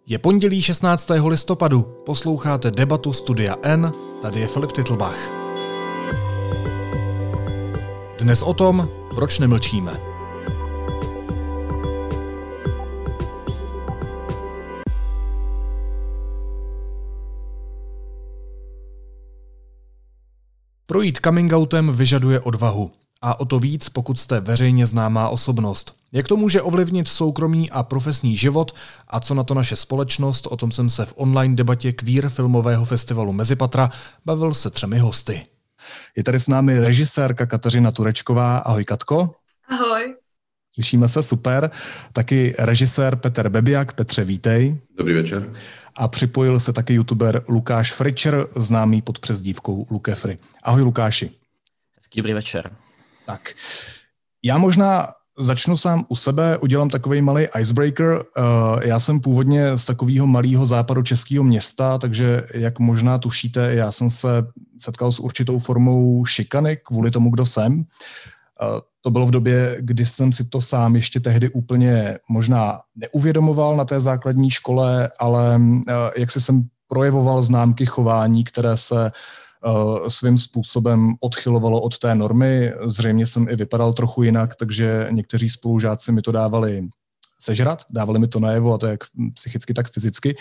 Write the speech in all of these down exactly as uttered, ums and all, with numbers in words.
Je pondělí šestnáctého listopadu, posloucháte debatu Studia N, tady je Filip Titlbach. Dnes o tom, proč nemlčíme. Projít coming outem vyžaduje odvahu. A o to víc, pokud jste veřejně známá osobnost. Jak to může ovlivnit soukromý a profesní život a co na to naše společnost, o tom jsem se v online debatě Queer filmového festivalu Mezipatra bavil se třemi hosty. Je tady s námi režisérka Kateřina Turečková. Ahoj, Katko. Ahoj. Slyšíme se, super. Taky režisér Petr Bebiak. Petře, vítej. Dobrý večer. A připojil se taky youtuber Lukáš Fričer, známý pod přezdívkou Lukefry. Ahoj, Lukáši. Hezký dobrý večer. Tak, já možná začnu sám u sebe, udělám takovej malý icebreaker. Já jsem původně z takového malého západočeského města, takže jak možná tušíte, já jsem se setkal s určitou formou šikany kvůli tomu, kdo jsem. To bylo v době, kdy jsem si to sám ještě tehdy úplně možná neuvědomoval na té základní škole, ale jak si jsem projevoval známky chování, které se svým způsobem odchylovalo od té normy. Zřejmě jsem i vypadal trochu jinak, takže někteří spolužáci mi to dávali sežrat, dávali mi to najevo, a to jak psychicky, tak fyzicky.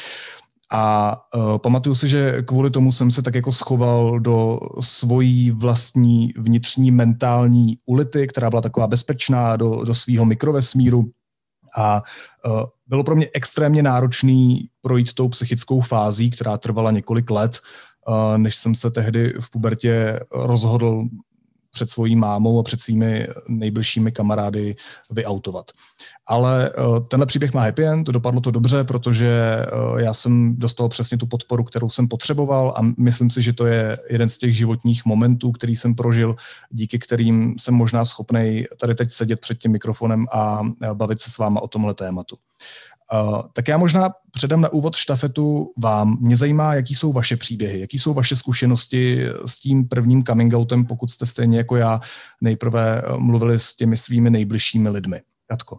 A uh, pamatuju si, že kvůli tomu jsem se tak jako schoval do svojí vlastní vnitřní mentální ulity, která byla taková bezpečná, do, do svýho mikrovesmíru. A uh, bylo pro mě extrémně náročný projít tou psychickou fází, která trvala několik let, než jsem se tehdy v pubertě rozhodl před svojí mámou a před svými nejbližšími kamarády vyautovat. Ale tenhle příběh má happy end, dopadlo to dobře, protože já jsem dostal přesně tu podporu, kterou jsem potřeboval, a myslím si, že to je jeden z těch životních momentů, který jsem prožil, díky kterým jsem možná schopnej tady teď sedět před tím mikrofonem a bavit se s váma o tomhle tématu. Uh, tak já možná předám na úvod štafetu vám. Mě zajímá, jaký jsou vaše příběhy, jaký jsou vaše zkušenosti s tím prvním coming outem, pokud jste stejně jako já nejprve mluvili s těmi svými nejbližšími lidmi. Katko.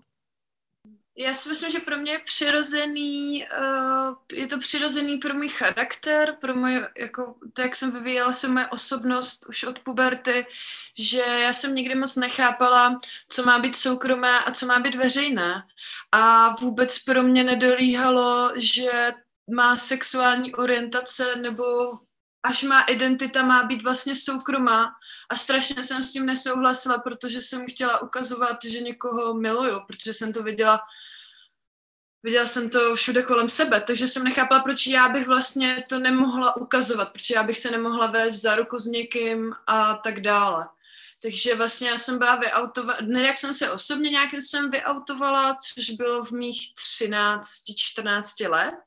Já si myslím, že pro mě je přirozený, uh, je to přirozený pro můj charakter, pro moje, jako, to, jak jsem vyvíjela se moje osobnost už od puberty, že já jsem nikdy moc nechápala, co má být soukromé a co má být veřejné. A vůbec pro mě nedolíhalo, že má sexuální orientace nebo až má identita má být vlastně soukromá, a strašně jsem s tím nesouhlasila, protože jsem chtěla ukazovat, že někoho miluju, protože jsem to viděla, viděla jsem to všude kolem sebe, takže jsem nechápala, proč já bych vlastně to nemohla ukazovat, proč já bych se nemohla vést za ruku s někým a tak dále. Takže vlastně já jsem byla vyautovala, ne jak jsem se osobně nějakým způsobem vyautovala, což bylo v mých třinácti čtrnácti let,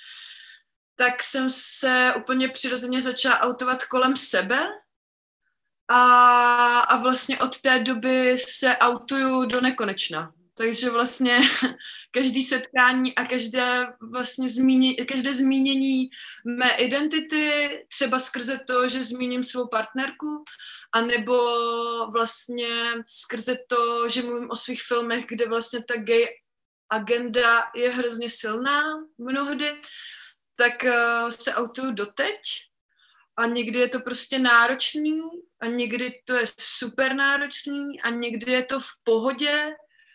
tak jsem se úplně přirozeně začala autovat kolem sebe a, a vlastně od té doby se autuju do nekonečna. Takže vlastně každé setkání a každé, vlastně zmíně, každé zmínění mé identity, třeba skrze to, že zmíním svou partnerku, anebo vlastně skrze to, že mluvím o svých filmech, kde vlastně ta gay agenda je hrozně silná mnohdy, tak uh, se autuju doteď, a někdy je to prostě náročný a někdy to je super náročný a někdy je to v pohodě,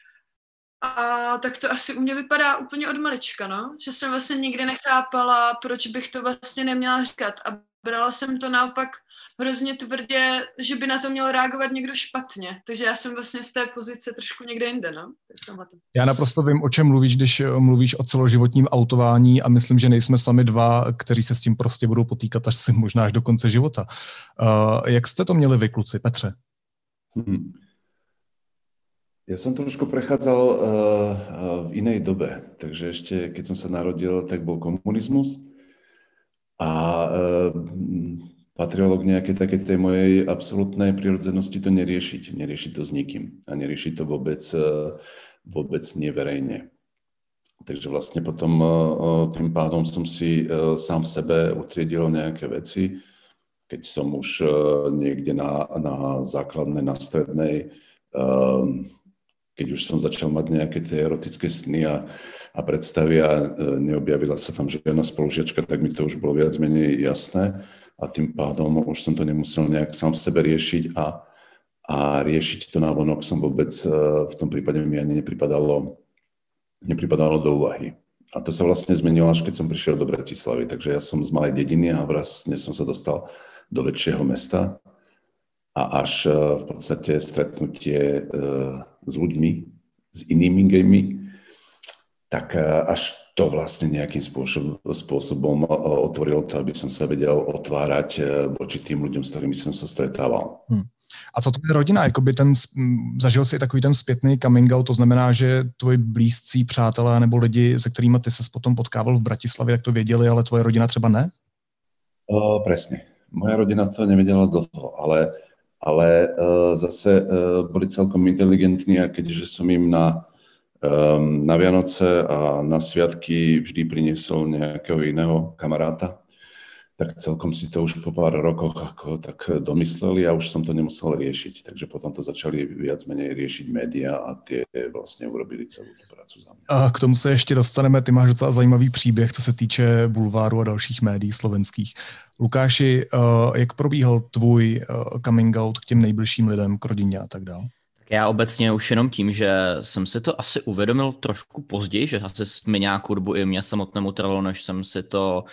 a tak to asi u mě vypadá úplně od malička, no? Že jsem vlastně nikdy nechápala, proč bych to vlastně neměla říkat, a brala jsem to naopak hrozně tvrdě, že by na to měl reagovat někdo špatně. Takže já jsem vlastně z té pozice trošku někde jinde, no? Já naprosto vím, o čem mluvíš, když mluvíš o celoživotním autování, a myslím, že nejsme sami dva, kteří se s tím prostě budou potýkat až si možná až do konce života. Uh, jak jste to měli vy, kluci? Petře? Hmm. Ja som trošku prechádzal uh, v inej dobe, takže ešte keď som sa narodil, tak bol komunizmus a uh, patrilo k nejakej takej tej mojej absolútnej prirodzenosti to neriešiť, neriešiť to s nikým a neriešiť to vôbec, uh, vôbec neverejne. Takže vlastne potom uh, tým pádom som si uh, sám v sebe utriedil nejaké veci, keď som už uh, niekde na, na základnej, na strednej uh, keď už som začal mať nejaké tie erotické sny a, a predstavy a neobjavila sa tam žiadna spolužiačka, tak mi to už bolo viac menej jasné a tým pádom už som to nemusel nejak sám v sebe riešiť a, a riešiť to návonok som vôbec v tom prípade mi ani nepripadalo, nepripadalo do úvahy. A to sa vlastne zmenilo, až keď som prišiel do Bratislavy. Takže ja som z malej dediny a vlastne som sa dostal do väčšieho mesta a až v podstate stretnutie s ľuďmi, s inými gejmi, tak až to vlastne nejakým spôsob, spôsobom otvorilo to, aby som sa vedel otvárať voči tým ľuďom, s ktorými som sa stretával. Hmm. A co to je rodina? Jakoby ten, zažil jsi takový ten zpětný coming out, to znamená, že tvoji blízcí přátelé nebo lidi, se kterými ty ses potom potkával v Bratislavě, jak to věděli, ale tvoje rodina třeba ne? O, presne. Moja rodina to nevedela dlho, ale, ale uh, zase uh, boli celkom inteligentní a keďže som im na, um, na Vianoce a na sviatky vždy priniesol nejakého iného kamaráta, tak celkom si to už po pár rokoch ako tak domysleli a už som to nemusel riešiť. Takže potom to začali viac menej riešiť média a tie vlastne urobili celú tú prácu za mňa. A k tomu se ještě dostaneme. Ty máš docela zajímavý příběh, co se týče bulváru a dalších médií slovenských. Lukáši, jak probíhal tvůj coming out k těm nejbližším lidem, k rodině a tak dále? Já obecně už jenom tím, že jsem si to asi uvědomil trošku později, že asi mi nějakou dobu i mě samotnému trvalo, než jsem si to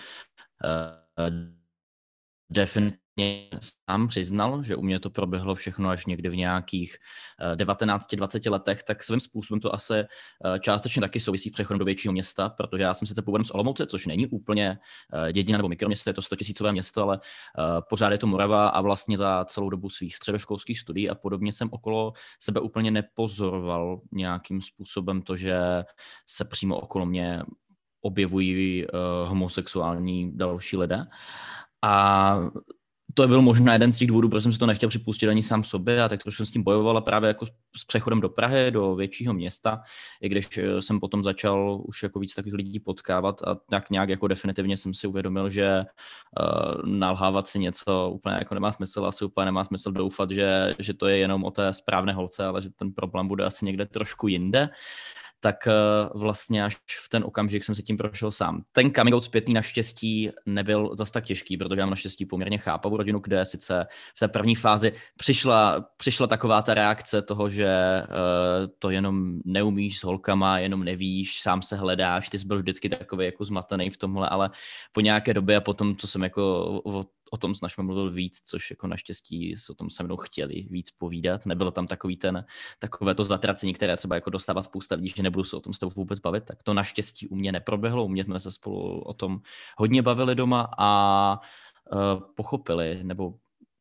definitivně sám přiznal, že u mě to proběhlo všechno až někdy v nějakých devatenácti dvaceti letech, tak svým způsobem to asi částečně taky souvisí přechodem do většího města, protože já jsem sice původem z Olomouce, což není úplně dědina nebo mikroměsto, je to stotisícové město, ale pořád je to Morava a vlastně za celou dobu svých středoškolských studií a podobně jsem okolo sebe úplně nepozoroval nějakým způsobem to, že se přímo okolo mě objevují uh, homosexuální další lidé. A to byl možná jeden z těch důvodů, proč jsem si to nechtěl připustit ani sám sobě a tak trošku jsem s tím bojoval a právě jako s přechodem do Prahy, do většího města, i když jsem potom začal už jako víc takových lidí potkávat a tak nějak jako definitivně jsem si uvědomil, že uh, nalhávat si něco úplně jako nemá smysl, asi úplně nemá smysl doufat, že, že to je jenom o té správné holce, ale že ten problém bude asi někde trošku jinde. Tak vlastně až v ten okamžik jsem se tím prošel sám. Ten coming out zpětný naštěstí nebyl zas tak těžký, protože já mám naštěstí poměrně chápavou rodinu, kde sice v té první fázi přišla, přišla taková ta reakce toho, že uh, to jenom neumíš s holkama, jenom nevíš, sám se hledáš, ty jsi byl vždycky takový jako zmatený v tomhle, ale po nějaké době a potom, co jsem jako o, o tom s naším mluvil víc, což jako naštěstí o tom se mnou chtěli víc povídat. Nebylo tam takový ten, takové to zatracení, které třeba jako dostává spousta lidí, že nebudu se o tom s tebou vůbec bavit, tak to naštěstí u mě neproběhlo. U mě jsme se spolu o tom hodně bavili doma a uh, pochopili, nebo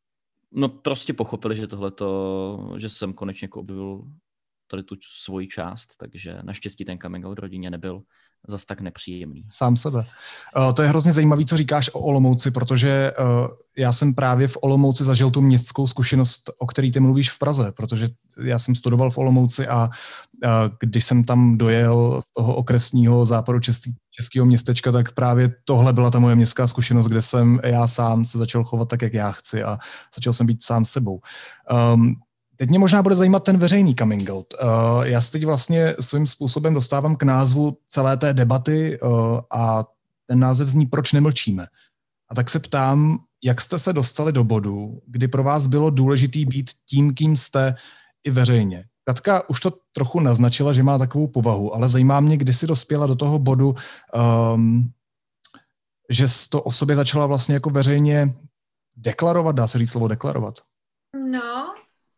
no prostě pochopili, že tohleto, že jsem konečně jako objevil tady tu svoji část, takže naštěstí ten coming out rodině nebyl zas tak nepříjemný. Sám sebe. Uh, to je hrozně zajímavý, co říkáš o Olomouci, protože uh, já jsem právě v Olomouci zažil tu městskou zkušenost, o který ty mluvíš v Praze, protože já jsem studoval v Olomouci a uh, když jsem tam dojel z toho okresního západu český, českého městečka, tak právě tohle byla ta moje městská zkušenost, kde jsem já sám se začal chovat tak, jak já chci a začal jsem být sám sebou. Um, Teď mě možná bude zajímat ten veřejný coming out. Uh, já se teď vlastně svým způsobem dostávám k názvu celé té debaty uh, a ten název zní Proč nemlčíme. A tak se ptám, jak jste se dostali do bodu, kdy pro vás bylo důležitý být tím, kým jste i veřejně. Katka už to trochu naznačila, že má takovou povahu, ale zajímá mě, kdy jsi dospěla do toho bodu, um, že jsi to o sobě začala vlastně jako veřejně deklarovat, dá se říct slovo deklarovat. No,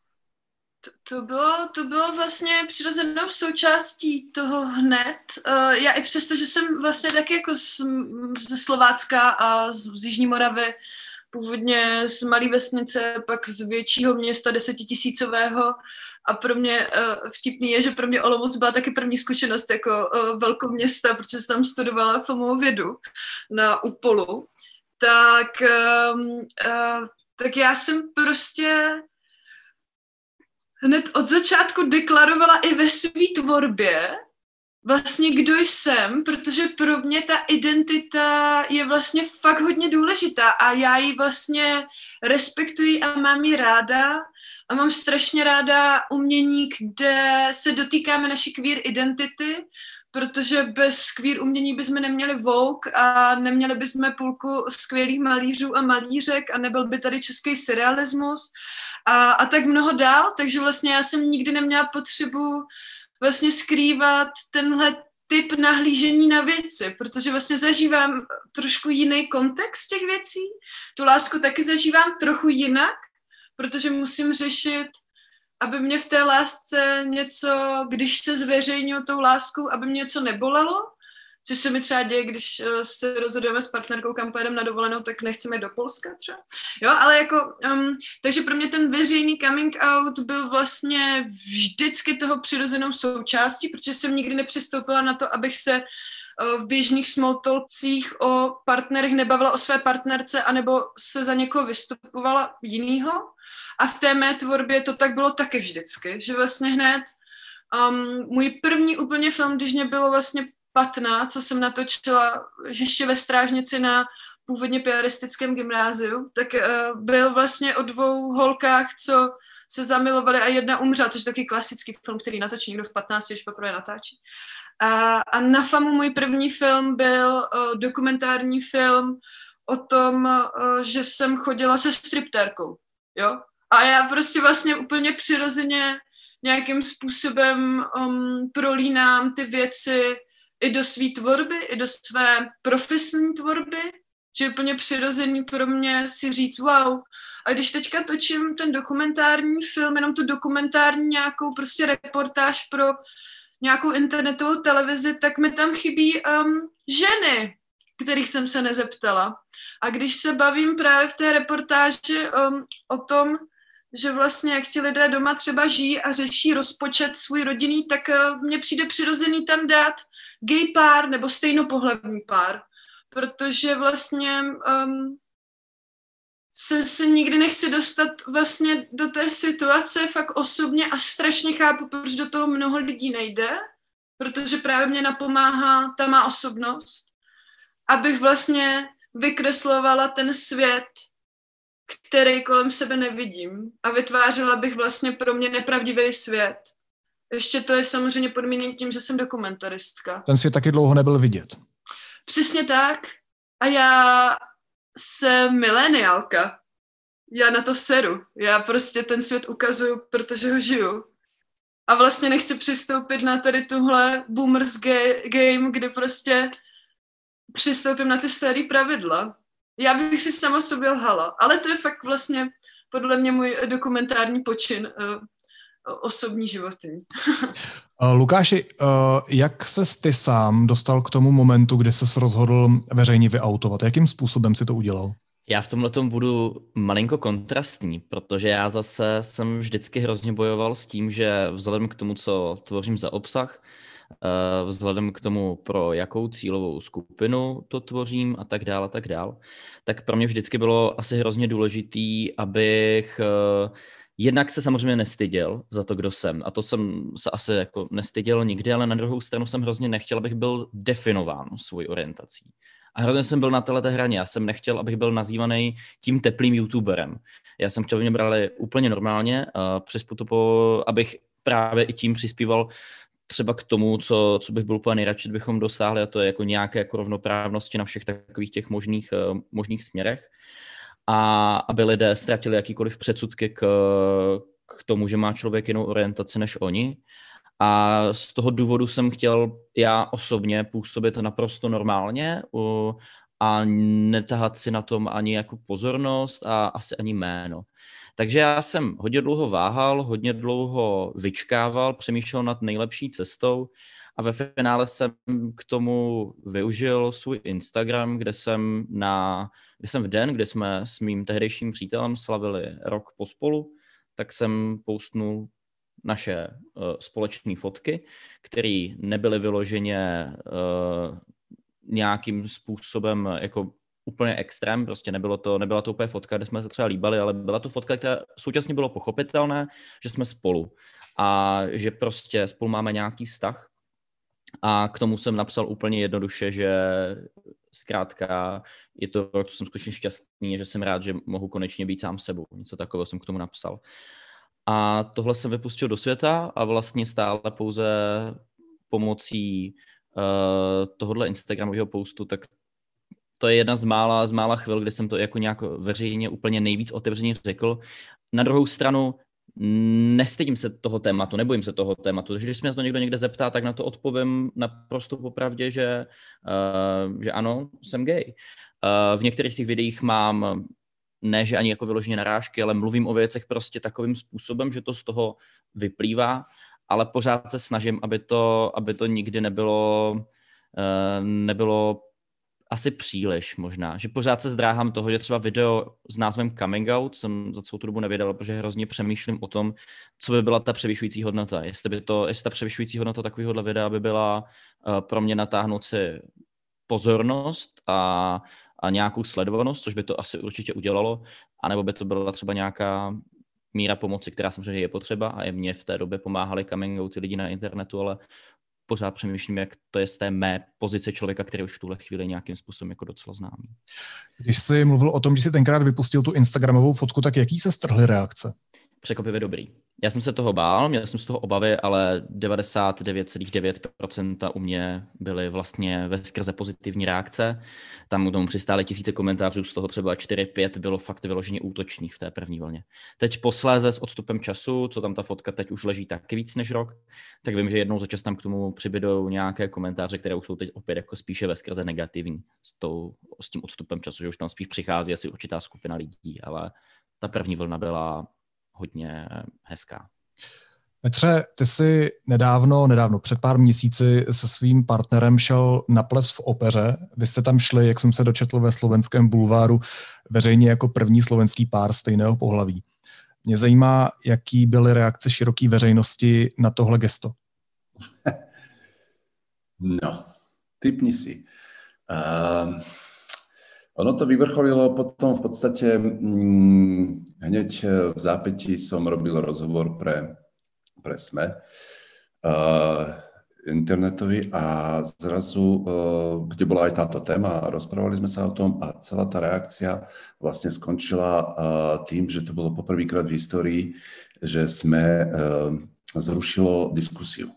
To, to, bylo, to bylo vlastně přirozenou součástí toho hned. Uh, já i přesto, že jsem vlastně taky jako z, ze Slovácka a z, z Jižní Moravy, původně z malé vesnice, pak z většího města desetitisícového a pro mě uh, vtipný je, že pro mě Olomouc byla taky první zkušenost jako uh, velkou města, protože jsem tam studovala filmovou vědu na Upolu. Tak, um, uh, tak já jsem prostě hned od začátku deklarovala i ve své tvorbě vlastně kdo jsem, protože pro mě ta identita je vlastně fakt hodně důležitá a já ji vlastně respektuji a mám ji ráda A mám strašně ráda umění, kde se dotýkáme naší queer identity, protože bez queer umění bychom neměli Vogue a neměli bychom půlku skvělých malířů a malířek a nebyl by tady český surrealismus a, a tak mnoho dál. Takže vlastně já jsem nikdy neměla potřebu vlastně skrývat tenhle typ nahlížení na věci, protože vlastně zažívám trošku jiný kontext těch věcí. Tu lásku taky zažívám trochu jinak, protože musím řešit, aby mě v té lásce něco, když se zveřejňuji tou láskou, aby mě něco nebolelo, což se mi třeba děje, když se rozhodujeme s partnerkou, kam pojedeme na dovolenou, tak nechceme jít do Polska třeba. Jo, ale jako, um, takže pro mě ten veřejný coming out byl vlastně vždycky toho přirozenou součástí, protože jsem nikdy nepřistoupila na to, abych se v běžných small talkcích o partnerech nebavila o své partnerce, anebo se za někoho vystupovala jinýho. A v té mé tvorbě to tak bylo taky vždycky, že vlastně hned um, můj první úplně film, když mě bylo vlastně patnáct, co jsem natočila ještě ve Strážnici na původně piaristickém gymnáziu, tak uh, byl vlastně o dvou holkách, co se zamilovali a jedna umřela, což je taky klasický film, který natočí někdo v patnácti, když poprvé natáčí. A, a na FAMu můj první film byl uh, dokumentární film o tom, uh, že jsem chodila se striptérkou, jo. A já prostě vlastně úplně přirozeně nějakým způsobem um, prolínám ty věci i do své tvorby, i do své profesní tvorby, že je úplně přirozený pro mě si říct wow. A když teďka točím ten dokumentární film, jenom tu dokumentární nějakou prostě reportáž pro nějakou internetovou televizi, tak mi tam chybí um, ženy, kterých jsem se nezeptala. A když se bavím právě v té reportáži um, o tom, že vlastně jak ti lidé doma třeba žijí a řeší rozpočet svůj rodinný, tak uh, mně přijde přirozený tam dát gay pár nebo stejnopohlavní pár, protože vlastně um, se, se nikdy nechci dostat vlastně do té situace fakt osobně a strašně chápu, proč do toho mnoho lidí nejde, protože právě mě napomáhá ta má osobnost, abych vlastně vykreslovala ten svět, který kolem sebe nevidím a vytvářela bych vlastně pro mě nepravdivý svět. Ještě to je samozřejmě podmíněn tím, že jsem dokumentaristka. Ten svět taky dlouho nebyl vidět. Přesně tak. A já jsem mileniálka. Já na to seru. Já prostě ten svět ukazuju, protože ho žiju. A vlastně nechci přistoupit na tady tuhle boomers game, kdy prostě přistoupím na ty staré pravidla. Já bych si sama sobě lhala. Ale to je fakt vlastně podle mě můj dokumentární počin uh, osobní životní. Lukáši, jak ses ty sám dostal k tomu momentu, kdy ses rozhodl veřejně vyautovat? Jakým způsobem si to udělal? Já v tomhletom budu malinko kontrastní, protože já zase jsem vždycky hrozně bojoval s tím, že vzhledem k tomu, co tvořím za obsah, vzhledem k tomu, pro jakou cílovou skupinu to tvořím a tak dál a tak dál, tak pro mě vždycky bylo asi hrozně důležitý, abych jednak se samozřejmě nestyděl za to, kdo jsem. A to jsem se asi jako nestyděl nikdy, ale na druhou stranu jsem hrozně nechtěl, abych byl definován svojí orientací. A hrozně jsem byl na této hraně. Já jsem nechtěl, abych byl nazývaný tím teplým youtuberem. Já jsem chtěl, aby mě brali úplně normálně, uh, abych právě i tím přispíval třeba k tomu, co, co bych byl úplně nejradši, bychom dosáhli, a to je jako nějaké jako rovnoprávnosti na všech takových těch možných, uh, možných směrech. A aby lidé ztratili jakýkoliv předsudky k, k tomu, že má člověk jinou orientaci než oni. A z toho důvodu jsem chtěl já osobně působit naprosto normálně u, a netahat si na tom ani jako pozornost a asi ani jméno. Takže já jsem hodně dlouho váhal, hodně dlouho vyčkával, přemýšlel nad nejlepší cestou a ve finále jsem k tomu využil svůj Instagram, kde jsem, na, kde jsem v den, kdy jsme s mým tehdejším přítelem slavili rok pospolu, tak jsem postnul naše uh, společné fotky, které nebyly vyloženě uh, nějakým způsobem jako úplně extrém, prostě nebylo to, nebyla to úplně fotka, kde jsme se třeba líbali, ale byla to fotka, která současně bylo pochopitelné, že jsme spolu a že prostě spolu máme nějaký vztah. A k tomu jsem napsal úplně jednoduše, že zkrátka je to rok, co jsem skutečně šťastný, že jsem rád, že mohu konečně být sám sebou. Něco takového jsem k tomu napsal. A tohle jsem vypustil do světa a vlastně stále pouze pomocí uh, tohohle Instagramového postu, tak to je jedna z mála, z mála chvil, kdy jsem to jako nějak veřejně úplně nejvíc otevřeně řekl. Na druhou stranu nestydím se toho tématu, nebojím se toho tématu, takže když se mě to někdo někde zeptá, tak na to odpovím naprosto popravdě, že, uh, že ano, jsem gay. Uh, v některých těch videích mám, ne že ani jako vyloženě narážky, ale mluvím o věcech prostě takovým způsobem, že to z toho vyplývá, ale pořád se snažím, aby to, aby to nikdy nebylo, uh, nebylo asi příliš možná, že pořád se zdráhám toho, že třeba video s názvem Coming Out jsem za celou tu dobu nevydal, protože hrozně přemýšlím o tom, co by byla ta převyšující hodnota. Jestli by to, jestli ta převyšující hodnota takovéhohle videa by byla uh, pro mě natáhnout si pozornost a, a nějakou sledovanost, což by to asi určitě udělalo, anebo by to byla třeba nějaká míra pomoci, která samozřejmě je potřeba a i mě v té době pomáhali coming outy lidi na internetu, ale pořád přemýšlím, jak to je z té mé pozice člověka, který už v tuhle chvíli nějakým způsobem jako docela známý. Když jsi mluvil o tom, že jsi tenkrát vypustil tu instagramovou fotku, tak jaký se strhly reakce? Překvapivě dobrý. Já jsem se toho bál, měl jsem z toho obavy, ale devadesát devět celá devět procent u mě byly vlastně veskrze pozitivní reakce. Tam k tomu přistály tisíce komentářů, z toho třeba čtyři pět bylo fakt vyloženě útočných v té první vlně. Teď posléze s odstupem času, co tam ta fotka teď už leží taky víc než rok, tak vím, že jednou za čas tam k tomu přibydou nějaké komentáře, které už jsou teď opět jako spíše veskrze negativní s, tou, s tím odstupem času, že už tam spíš přichází asi určitá skupina lidí, ale ta první vlna byla hodně hezká. Petře, ty jsi nedávno, nedávno, před pár měsíci se svým partnerem šel na ples v opeře. Vy jste tam šli, jak jsem se dočetl ve Slovenském bulváru, veřejně jako první slovenský pár stejného pohlaví. Mě zajímá, jaký byly reakce široké veřejnosti na tohle gesto. No, typni si. Uh... Ono to vyvrcholilo potom v podstate hm, hneď v zápätí som robil rozhovor pre, pre es em e uh, internetový a zrazu, uh, kde bola aj táto téma, rozprávali sme sa o tom a celá tá reakcia vlastne skončila uh, tým, že to bolo poprvýkrát v histórii, že es em e uh, zrušilo diskusiu.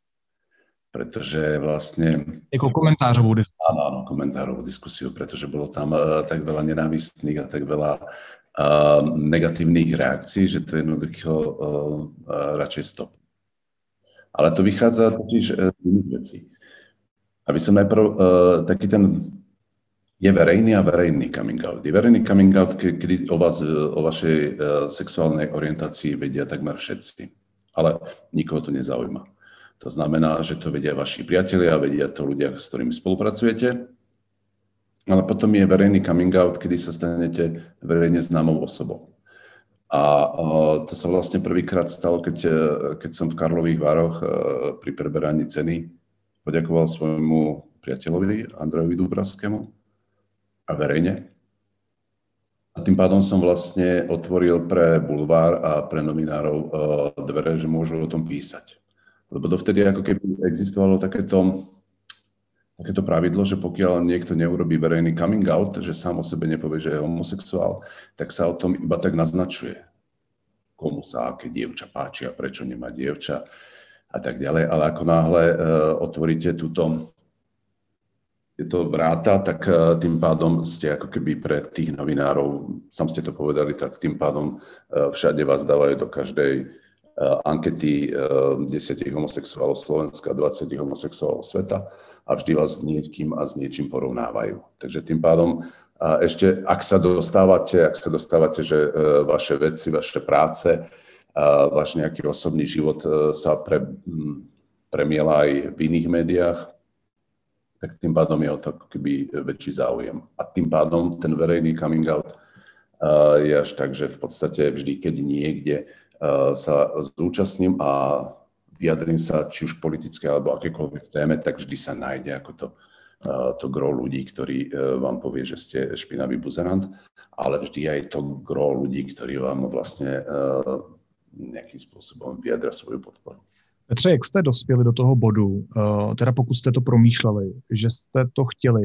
Pretože vlastne... Jako komentářovou diskusiu. Áno, áno, komentárovú diskusiu, pretože bolo tam uh, tak veľa nenávistných a tak veľa uh, negatívnych reakcií, že to jednoducho uh, uh, radšej stop. Ale to vychádza totiž uh, z iných vecí. Aby som najprv uh, taký ten... Je verejný a verejný coming out. Je verejný coming out, kedy o vás, o vašej uh, sexuálnej orientácii vedia takmer všetci. Ale nikoho to nezaujíma. To znamená, že to vedia vaši priatelia, vedia to ľudia, s ktorými spolupracujete. Ale potom je verejný coming out, kedy sa stanete verejne známou osobou. A to sa vlastne prvýkrát stalo, keď, keď som v Karlových Vároch pri preberaní ceny poďakoval svojmu priateľovi Andrejovi Dubravskému a verejne. A tým pádom som vlastne otvoril pre bulvár a pre novinárov dvere, že môžu o tom písať. Lebo dovtedy ako keby existovalo takéto, takéto pravidlo, že pokiaľ niekto neurobí verejný coming out, že sám o sebe nepovie, že je homosexuál, tak sa o tom iba tak naznačuje. Komu sa aké dievča páči a prečo nemá dievča a tak ďalej. Ale ako náhle uh, otvoríte túto tieto vráta, tak uh, tým pádom ste ako keby pre tých novinárov, sám ste to povedali, tak tým pádom uh, všade vás dávajú do každej ankety desiatich homosexuálov Slovenska, dvadsať homosexuálov sveta a vždy vás s niekým a s niečím porovnávajú. Takže tým pádom ešte, ak sa dostávate, ak sa dostávate, že vaše veci, vaše práce, váš nejaký osobný život sa pre, premiela aj v iných médiách, tak tým pádom je o to keby väčší záujem. A tým pádom ten verejný coming out je až tak, že v podstate vždy, keď niekde sa zúčastním a vyjadrím sa či už politické alebo akékoľvek téme, tak vždy sa nájde ako to, to gro ľudí, ktorí vám povie, že ste špinavý buzerant, ale vždy aj to gro ľudí, ktorí vám vlastne nejakým spôsobom vyjadria svoju podporu. Petře, jak jste dospěli do toho bodu, teda pokud jste to promýšleli, že jste to chtěli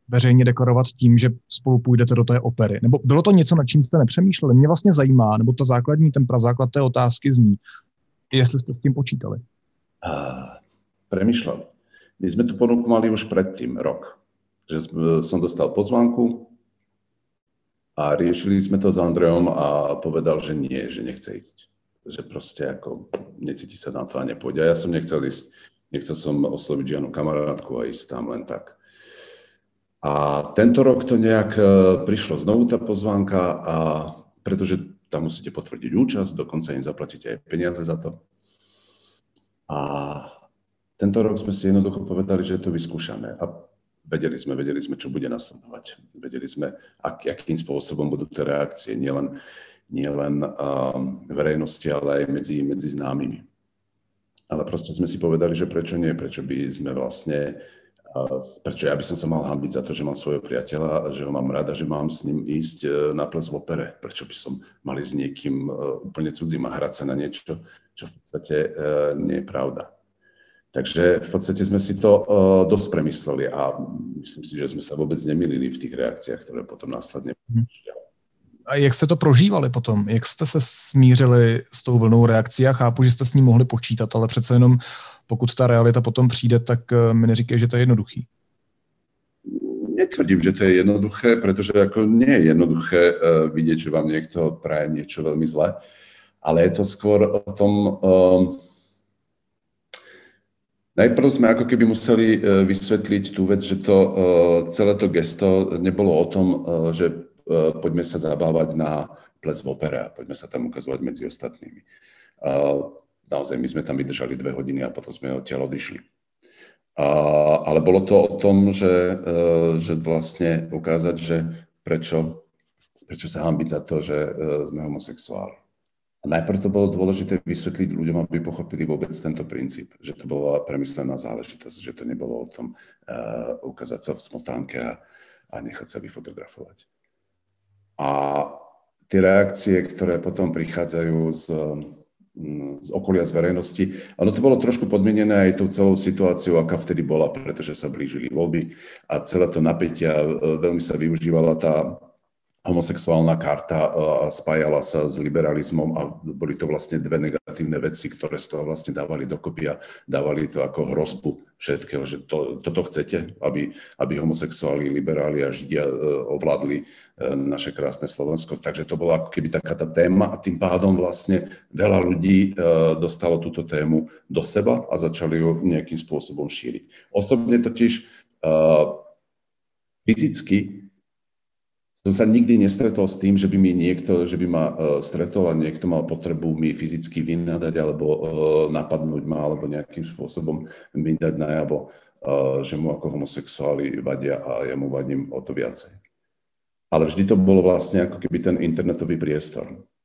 veřejně deklarovat tím, že spolu půjdete do té opery? Nebo bylo to něco, nad čím jste nepřemýšleli? Mě vlastně zajímá, nebo ta základní, ten prazáklad té otázky zní, jestli jste s tím počítali. Uh, premýšľal. My sme tu ponuku mali už predtým, rok. Že som dostal pozvánku a riešili sme to s Andrejom a povedal, že nie, že nechce ísť. Že proste ako necíti sa na to a nepôjde. A ja som nechcel ísť. Nechcel som osloviť žiadnu kamarátku a ísť tam len tak. A tento rok to nejak prišlo znovu tá pozvánka, a pretože tam musíte potvrdiť účasť, dokonca im zaplatíte aj peniaze za to. A tento rok sme si jednoducho povedali, že je to vyskúšané. A vedeli sme, vedeli sme, čo bude nasledovať. Vedeli sme, ak, akým spôsobom budú tie reakcie, nielen, nielen uh, verejnosti, ale aj medzi, medzi známymi. Ale proste sme si povedali, že prečo nie, prečo by sme vlastne, uh, prečo ja by som sa mal hanbiť za to, že mám svojho priateľa, že ho mám rada, že mám s ním ísť uh, na ples v opere. Prečo by som mal ísť s niekým uh, úplne cudzím a hrať sa na niečo, čo v podstate uh, nie je pravda. Takže v podstate sme si to uh, dosť premysleli a myslím si, že sme sa vôbec nemýlili v tých reakciách, ktoré potom následne prišli. A jak jste to prožívali potom? Jak jste se smířili s tou vlnou reakcí? Já chápu, že jste s ní mohli počítat, ale přece jenom pokud ta realita potom přijde, tak mi neříkej, že to je jednoduchý. Netvrdím, že to je jednoduché, pretože ako nie je jednoduché uh, vidieť, že vám niekto praje niečo veľmi zlé, ale je to skôr o tom... Um, Najprv sme ako keby museli vysvetliť tú vec, že to, celé to gesto nebolo o tom, že poďme sa zabávať na ples v opere, poďme sa tam ukazovať medzi ostatnými. Naozaj, my sme tam vydržali dve hodiny a potom sme odtiaľ odišli. Ale bolo to o tom, že, že vlastne ukázať, že prečo, prečo sa hanbiť za to, že sme homosexuáli. A najprv to bolo dôležité vysvetliť ľuďom, aby pochopili vôbec tento princíp, že to bola premyslená záležitosť, že to nebolo o tom uh, ukázať sa v smotánke a, a nechať sa vyfotografovať. A tie reakcie, ktoré potom prichádzajú z, z okolia, z verejnosti, ono to bolo trošku podmienené aj tou celou situáciou, aká vtedy bola, pretože sa blížili voľby a celé to napätie, veľmi sa využívala tá homosexuálna karta a spájala sa s liberalizmom a boli to vlastne dve negatívne veci, ktoré z toho vlastne dávali dokopy a dávali to ako hrozbu všetkého, že to, toto chcete, aby, aby homosexuáli, liberáli a židia ovládli naše krásne Slovensko. Takže to bola ako keby taká tá téma a tým pádom vlastne veľa ľudí dostalo túto tému do seba a začali ju nejakým spôsobom šíriť. Osobne totiž uh, fyzicky som sa nikdy nestretol s tým, že by mi niekto, že by ma uh, stretol a niekto mal potrebu mi fyzicky vynadať alebo uh, napadnúť ma alebo nejakým spôsobom mi dať najavo, uh, že mu ako homosexuáli vadia a ja mu vadím o to viacej. Ale vždy to bolo vlastne ako keby ten internetový priestor.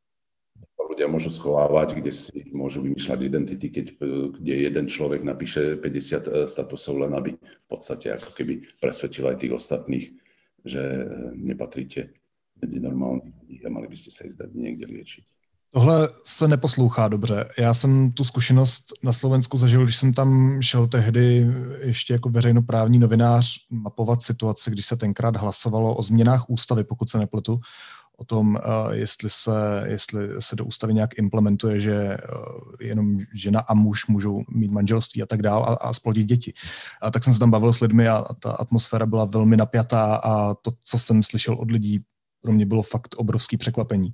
Ľudia môžu schovávať, kde si môžu vymýšľať identity, keď, kde jeden človek napíše päťdesiat statusov, len aby v podstate ako keby presvedčil aj tých ostatných, že nepatríte medzi normálních a mali byste se jít někde léčit. Tohle se neposlouchá dobře. Já jsem tu zkušenost na Slovensku zažil, když jsem tam šel tehdy ještě jako veřejnoprávní novinář mapovat situaci, když se tenkrát hlasovalo o změnách ústavy, pokud se nepletu, o tom, jestli se, jestli se do ústavy nějak implementuje, že jenom žena a muž můžou mít manželství a tak dál a, a splodit děti. A tak jsem se tam bavil s lidmi a ta atmosféra byla velmi napjatá a to, co jsem slyšel od lidí, pro mě bylo fakt obrovský překvapení.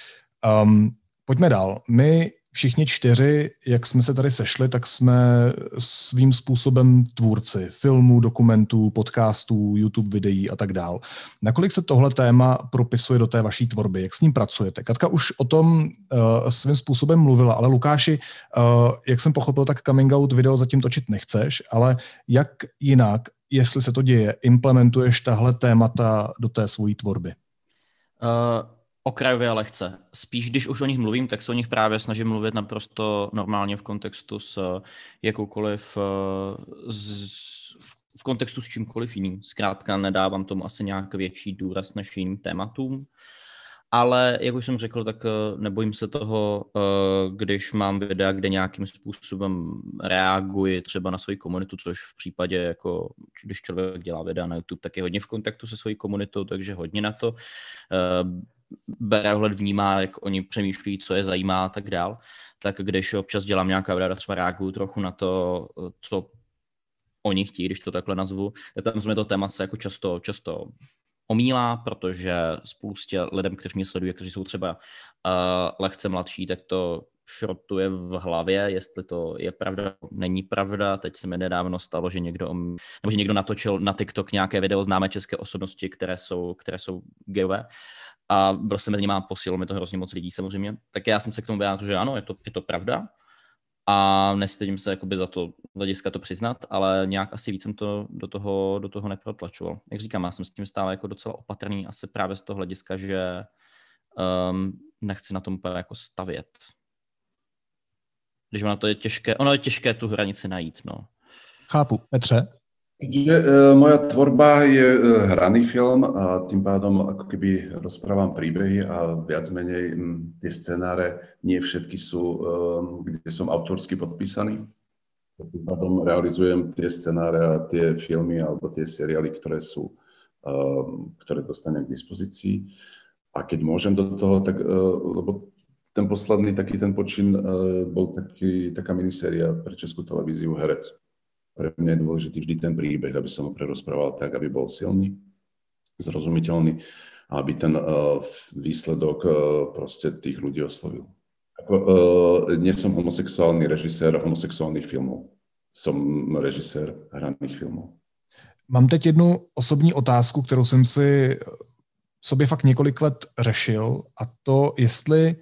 Um, pojďme dál. My všichni čtyři, jak jsme se tady sešli, tak jsme svým způsobem tvůrci filmů, dokumentů, podcastů, YouTube videí a tak dál. Nakolik se tohle téma propisuje do té vaší tvorby? Jak s ním pracujete? Katka už o tom uh, svým způsobem mluvila, ale Lukáši, uh, jak jsem pochopil, tak coming out video zatím točit nechceš, ale jak jinak, jestli se to děje, implementuješ tahle témata do té svojí tvorby? Uh... Okrajově lehce. Spíš, když už o nich mluvím, tak se o nich právě snažím mluvit naprosto normálně v kontextu s jakoukoliv, z, v kontextu s čímkoliv jiným. Zkrátka nedávám tomu asi nějak větší důraz než jiným tématům. Ale jak už jsem řekl, tak nebojím se toho, když mám videa, kde nějakým způsobem reaguji třeba na svoji komunitu, což v případě, jako když člověk dělá videa na YouTube, tak je hodně v kontaktu se svojí komunitou, takže hodně na to bere ohled, vnímá, jak oni přemýšlí, co je zajímá a tak dál. Tak když občas dělám nějaká videa, třeba reaguju trochu na to, co oni chtějí, když to takhle nazvu, tak tam jsme to téma se jako často, často omílá, protože spoustě lidem, kteří mě sledují, kteří jsou třeba uh, lehce mladší, tak to šrotuje v hlavě, jestli to je pravda, není pravda. Teď se mi nedávno stalo, že někdo, nebo že někdo natočil na TikTok nějaké video známé české osobnosti, které jsou, které jsou gayové. A byl jsem mezi nimi, posílil mi to hrozně moc lidí samozřejmě. Tak já jsem se k tomu vyjádřil, že ano, je to, je to pravda. A nestydím se jakoby za to hlediska to přiznat, ale nějak asi víc jsem to do toho, do toho neprotlačoval. Jak říkám, já jsem s tím stále jako docela opatrný, asi právě z toho hlediska, že um, nechci na tom úplně jako stavět. Když ono to je těžké, ono je těžké tu hranici najít, no. Chápu. Petře? Keďže uh, moja tvorba je uh, hraný film a tým pádom ako keby rozprávam príbehy a viac menej um, tie scenáre, nie všetky sú, um, kde som autorsky podpísaný. Tým pádom realizujem tie scenáre a tie filmy alebo tie seriály, ktoré sú, um, ktoré dostanem k dispozícii. A keď môžem do toho, tak, uh, lebo ten posledný taký ten počin uh, bol taký, taká miniséria pre Českú televíziu Herec. Pre mňa je dôležitý vždy ten príbeh, aby som ho prerozprával tak, aby bol silný, zrozumiteľný a aby ten uh, výsledok uh, proste tých ľudí oslovil. Ako, uh, nie som homosexuálny režisér homosexuálnych filmov. Som režisér hraných filmov. Mám teď jednu osobní otázku, kterou jsem si sobě fakt několik let řešil, a to, jestli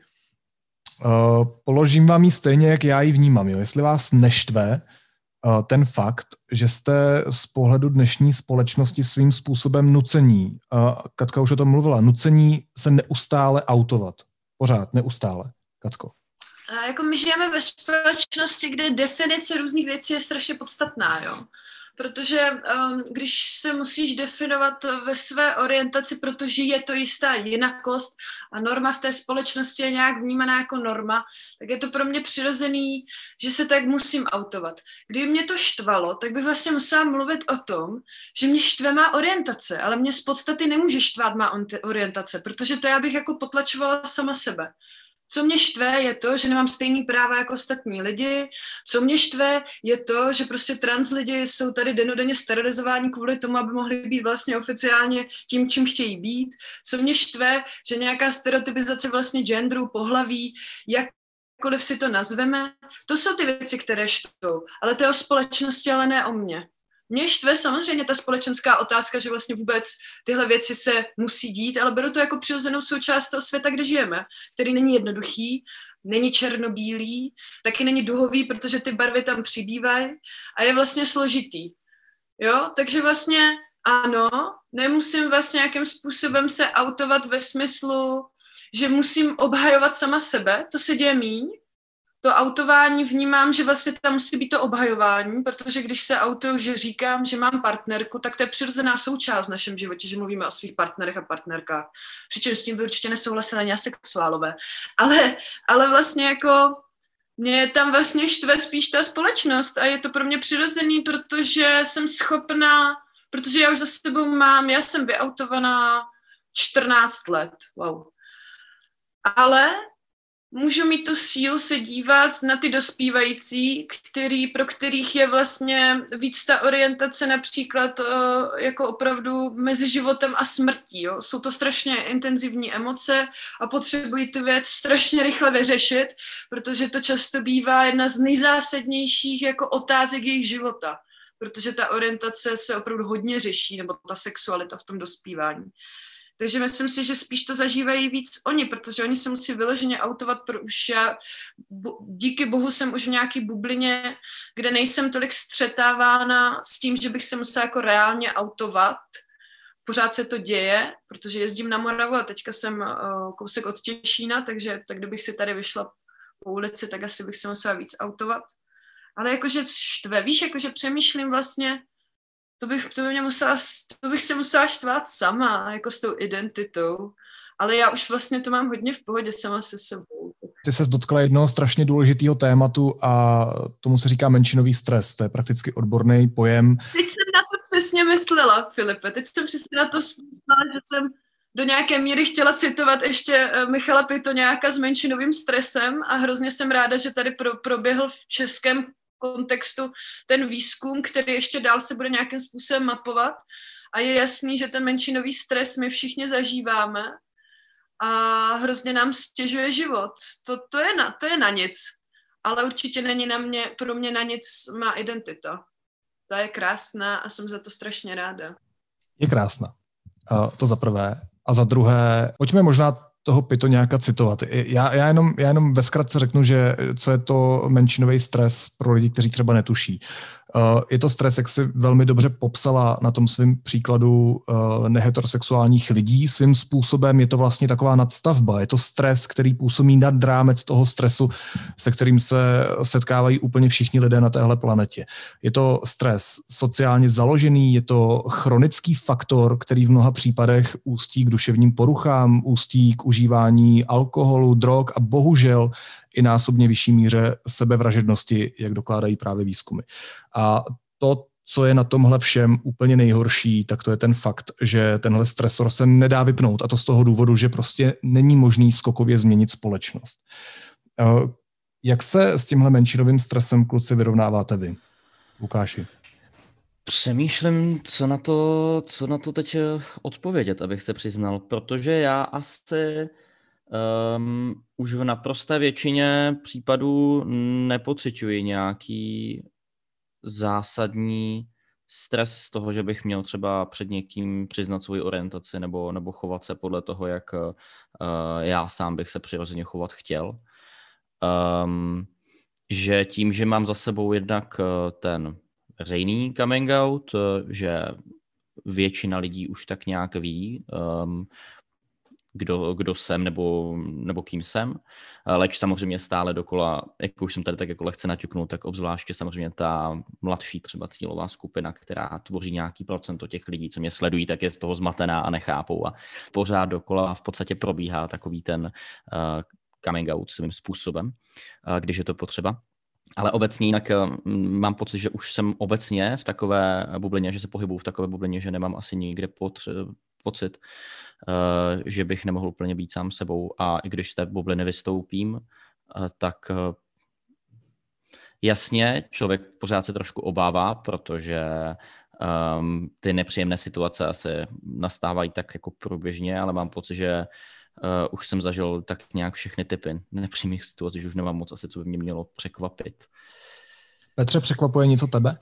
uh, položím vám ji stejně, jak já ji vnímám. Jo? Jestli vás neštve ten fakt, že jste z pohledu dnešní společnosti svým způsobem nucení, Katka už o tom mluvila, nucení se neustále autovat. Pořád, neustále. Katko. A jako my žijeme ve společnosti, kde definice různých věcí je strašně podstatná, jo. Protože um, když se musíš definovat ve své orientaci, protože je to jistá jinakost a norma v té společnosti je nějak vnímaná jako norma, tak je to pro mě přirozený, že se tak musím autovat. Kdyby mě to štvalo, tak bych vlastně musela mluvit o tom, že mě štve má orientace, ale mě z podstaty nemůže štvát má orientace, protože to já bych jako potlačovala sama sebe. Co mě štve, je to, že nemám stejný práva jako ostatní lidi. Co mě štve, je to, že prostě trans lidi jsou tady denodenně sterilizováni kvůli tomu, aby mohli být vlastně oficiálně tím, čím chtějí být. Co mě štve, že nějaká stereotypizace vlastně genderu, pohlaví, jakkoliv si to nazveme, to jsou ty věci, které štvou. Ale to je o společnosti, ale ne o mně. Mě štve samozřejmě ta společenská otázka, že vlastně vůbec tyhle věci se musí dít, ale beru to jako přirozenou součást toho světa, kde žijeme, který není jednoduchý, není černobílý, taky není duhový, protože ty barvy tam přibývají a je vlastně složitý. Jo, takže vlastně ano, nemusím vlastně nějakým způsobem se autovat ve smyslu, že musím obhajovat sama sebe, to se děje míň. To autování vnímám, že vlastně tam musí být to obhajování, protože když se autuju, že říkám, že mám partnerku, tak to je přirozená součást v našem životě, že mluvíme o svých partnerech a partnerkách. Přičemž s tím by určitě nesouhlasila ani asexuálové. Ale, ale vlastně jako mě tam vlastně štve spíš ta společnost a je to pro mě přirozený, protože jsem schopná, protože já už za sebou mám, já jsem vyautovaná čtrnáct let, wow. Ale můžu mít tu sílu se dívat na ty dospívající, který, pro kterých je vlastně víc ta orientace například uh, jako opravdu mezi životem a smrtí. Jo? Jsou to strašně intenzivní emoce a potřebují tu věc strašně rychle vyřešit, protože to často bývá jedna z nejzásadnějších jako otázek jejich života, protože ta orientace se opravdu hodně řeší, nebo ta sexualita v tom dospívání. Takže myslím si, že spíš to zažívají víc oni, protože oni se musí vyloženě autovat, pro už já, díky bohu jsem už v nějaký bublině, kde nejsem tolik střetávána s tím, že bych se musela jako reálně autovat. Pořád se to děje, protože jezdím na Moravu a teďka jsem uh, kousek od Těšína, takže tak kdybych si tady vyšla po ulici, tak asi bych se musela víc autovat. Ale jakože štve, víš, jakože přemýšlím vlastně, To bych, to, by mě musela, to bych se musela štvát sama, jako s tou identitou. Ale já už vlastně to mám hodně v pohodě sama se sebou. Ty ses dotkla jednoho strašně důležitého tématu a tomu se říká menšinový stres. To je prakticky odborný pojem. Teď jsem na to přesně myslela, Filipe. Teď jsem přesně na to myslela, že jsem do nějaké míry chtěla citovat ještě Michala Pitoňáka s menšinovým stresem a hrozně jsem ráda, že tady pro, proběhl v českém kontextu ten výzkum, který ještě dál se bude nějakým způsobem mapovat a je jasný, že ten menšinový stres my všichni zažíváme a hrozně nám stěžuje život. To, to, je na, to je na nic, ale určitě není na mě, pro mě na nic má identita. Ta je krásná a jsem za to strašně ráda. Je krásná. Uh, to za prvé. A za druhé, pojďme možná toho Pitoňáka citovat. Já, já, jenom, já jenom ve zkratce řeknu, že co je to menšinový stres pro lidi, kteří třeba netuší. Uh, je to stres, jak si velmi dobře popsala na tom svém příkladu uh, neheterosexuálních lidí. Svým způsobem je to vlastně taková nadstavba. Je to stres, který působí nad rámec toho stresu, se kterým se setkávají úplně všichni lidé na téhle planetě. Je to stres sociálně založený, je to chronický faktor, který v mnoha případech ústí k duševním poruchám, ústí k užívání alkoholu, drog a bohužel i násobně vyšší míře sebevražednosti, jak dokládají právě výzkumy. A to, co je na tomhle všem úplně nejhorší, tak to je ten fakt, že tenhle stresor se nedá vypnout, a to z toho důvodu, že prostě není možný skokově změnit společnost. Jak se s tímhle menšinovým stresem, kluci, vyrovnáváte vy, Lukáši? Přemýšlím, co na to, co na to teď odpovědět, abych se přiznal, protože já asi um, už v naprosté většině případů nepociťuji nějaký zásadní stres z toho, že bych měl třeba před někým přiznat svoji orientaci nebo, nebo chovat se podle toho, jak uh, já sám bych se přirozeně chovat chtěl. Um, že tím, že mám za sebou jednak uh, ten veřejný coming out, že většina lidí už tak nějak ví, um, kdo, kdo jsem nebo, nebo kým jsem, leč samozřejmě stále dokola, jak už jsem tady tak jako lehce naťuknul, tak obzvláště samozřejmě ta mladší třeba cílová skupina, která tvoří nějaký procento těch lidí, co mě sledují, tak je z toho zmatená a nechápou a pořád dokola v podstatě probíhá takový ten uh, coming out svým způsobem, uh, když je to potřeba. Ale obecně jinak mám pocit, že už jsem obecně v takové bublině, že se pohybuju v takové bublině, že nemám asi nikde potře- pocit, uh, že bych nemohl úplně být sám sebou. A i když z té bubliny vystoupím, uh, tak uh, jasně, člověk pořád se trošku obává, protože um, ty nepříjemné situace asi nastávají tak jako průběžně, ale mám pocit, že Uh, už jsem zažil tak nějak všechny typy nepřímých situací, že už nemám moc asi, co by mě mělo překvapit. Petře, překvapuje něco tebe?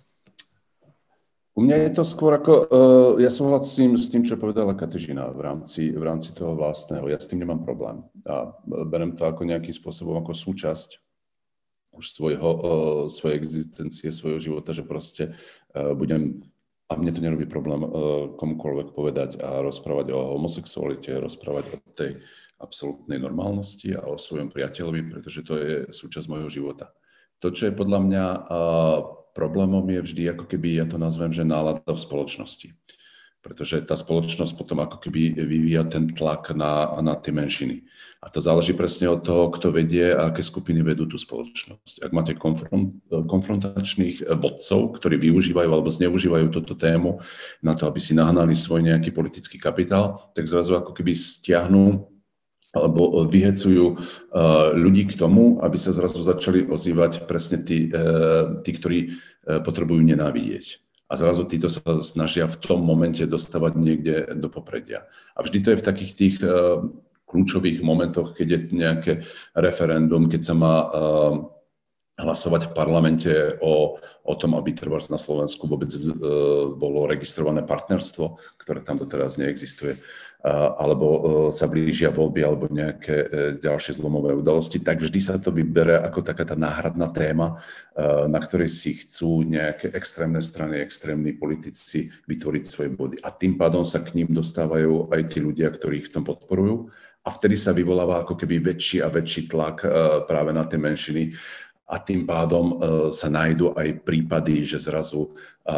U mňa je to skôr ako, uh, ja súhlasím s tým, čo povedala Katežina v rámci, v rámci toho vlastného. Ja s tým nemám problém. A berem to ako nejakým spôsobom ako súčasť už svojho, uh, svojej existencie, svojho života, že proste uh, budem, a mne to nerobí problém uh, komukoľvek povedať a rozprávať o homosexualite, rozprávať o tej absolútnej normálnosti a o svojom priateľovi, pretože to je súčasť môjho života. To, čo je podľa mňa uh, problémom, je vždy, ako keby, ja to nazvem, že nálada v spoločnosti. Pretože tá spoločnosť potom ako keby vyvíja ten tlak na, na tie menšiny. A to záleží presne od toho, kto vedie a aké skupiny vedú tú spoločnosť. Ak máte konfront, konfrontačných vodcov, ktorí využívajú alebo zneužívajú túto tému na to, aby si nahnali svoj nejaký politický kapitál, tak zrazu ako keby stiahnu alebo vyhecujú uh, ľudí k tomu, aby sa zrazu začali ozývať presne tí, uh, tí ktorí uh, potrebujú nenávidieť. A zrazu títo sa snažia v tom momente dostávať niekde do popredia. A vždy to je v takých tých uh, kľúčových momentoch, keď je nejaké referendum, keď sa má uh, hlasovať v parlamente o, o tom, aby trebárs na Slovensku vôbec uh, bolo registrované partnerstvo, ktoré tam doteraz neexistuje, uh, alebo uh, sa blížia voľby, alebo nejaké uh, ďalšie zlomové udalosti, tak vždy sa to vybere ako taká tá náhradná téma, uh, na ktorej si chcú nejaké extrémne strany, extrémni politici vytvoriť svoje body. A tým pádom sa k ním dostávajú aj tí ľudia, ktorí ich v tom podporujú. A vtedy sa vyvoláva ako keby väčší a väčší tlak uh, práve na tie menšiny. a tým pádom sa nájdú aj prípady, že zrazu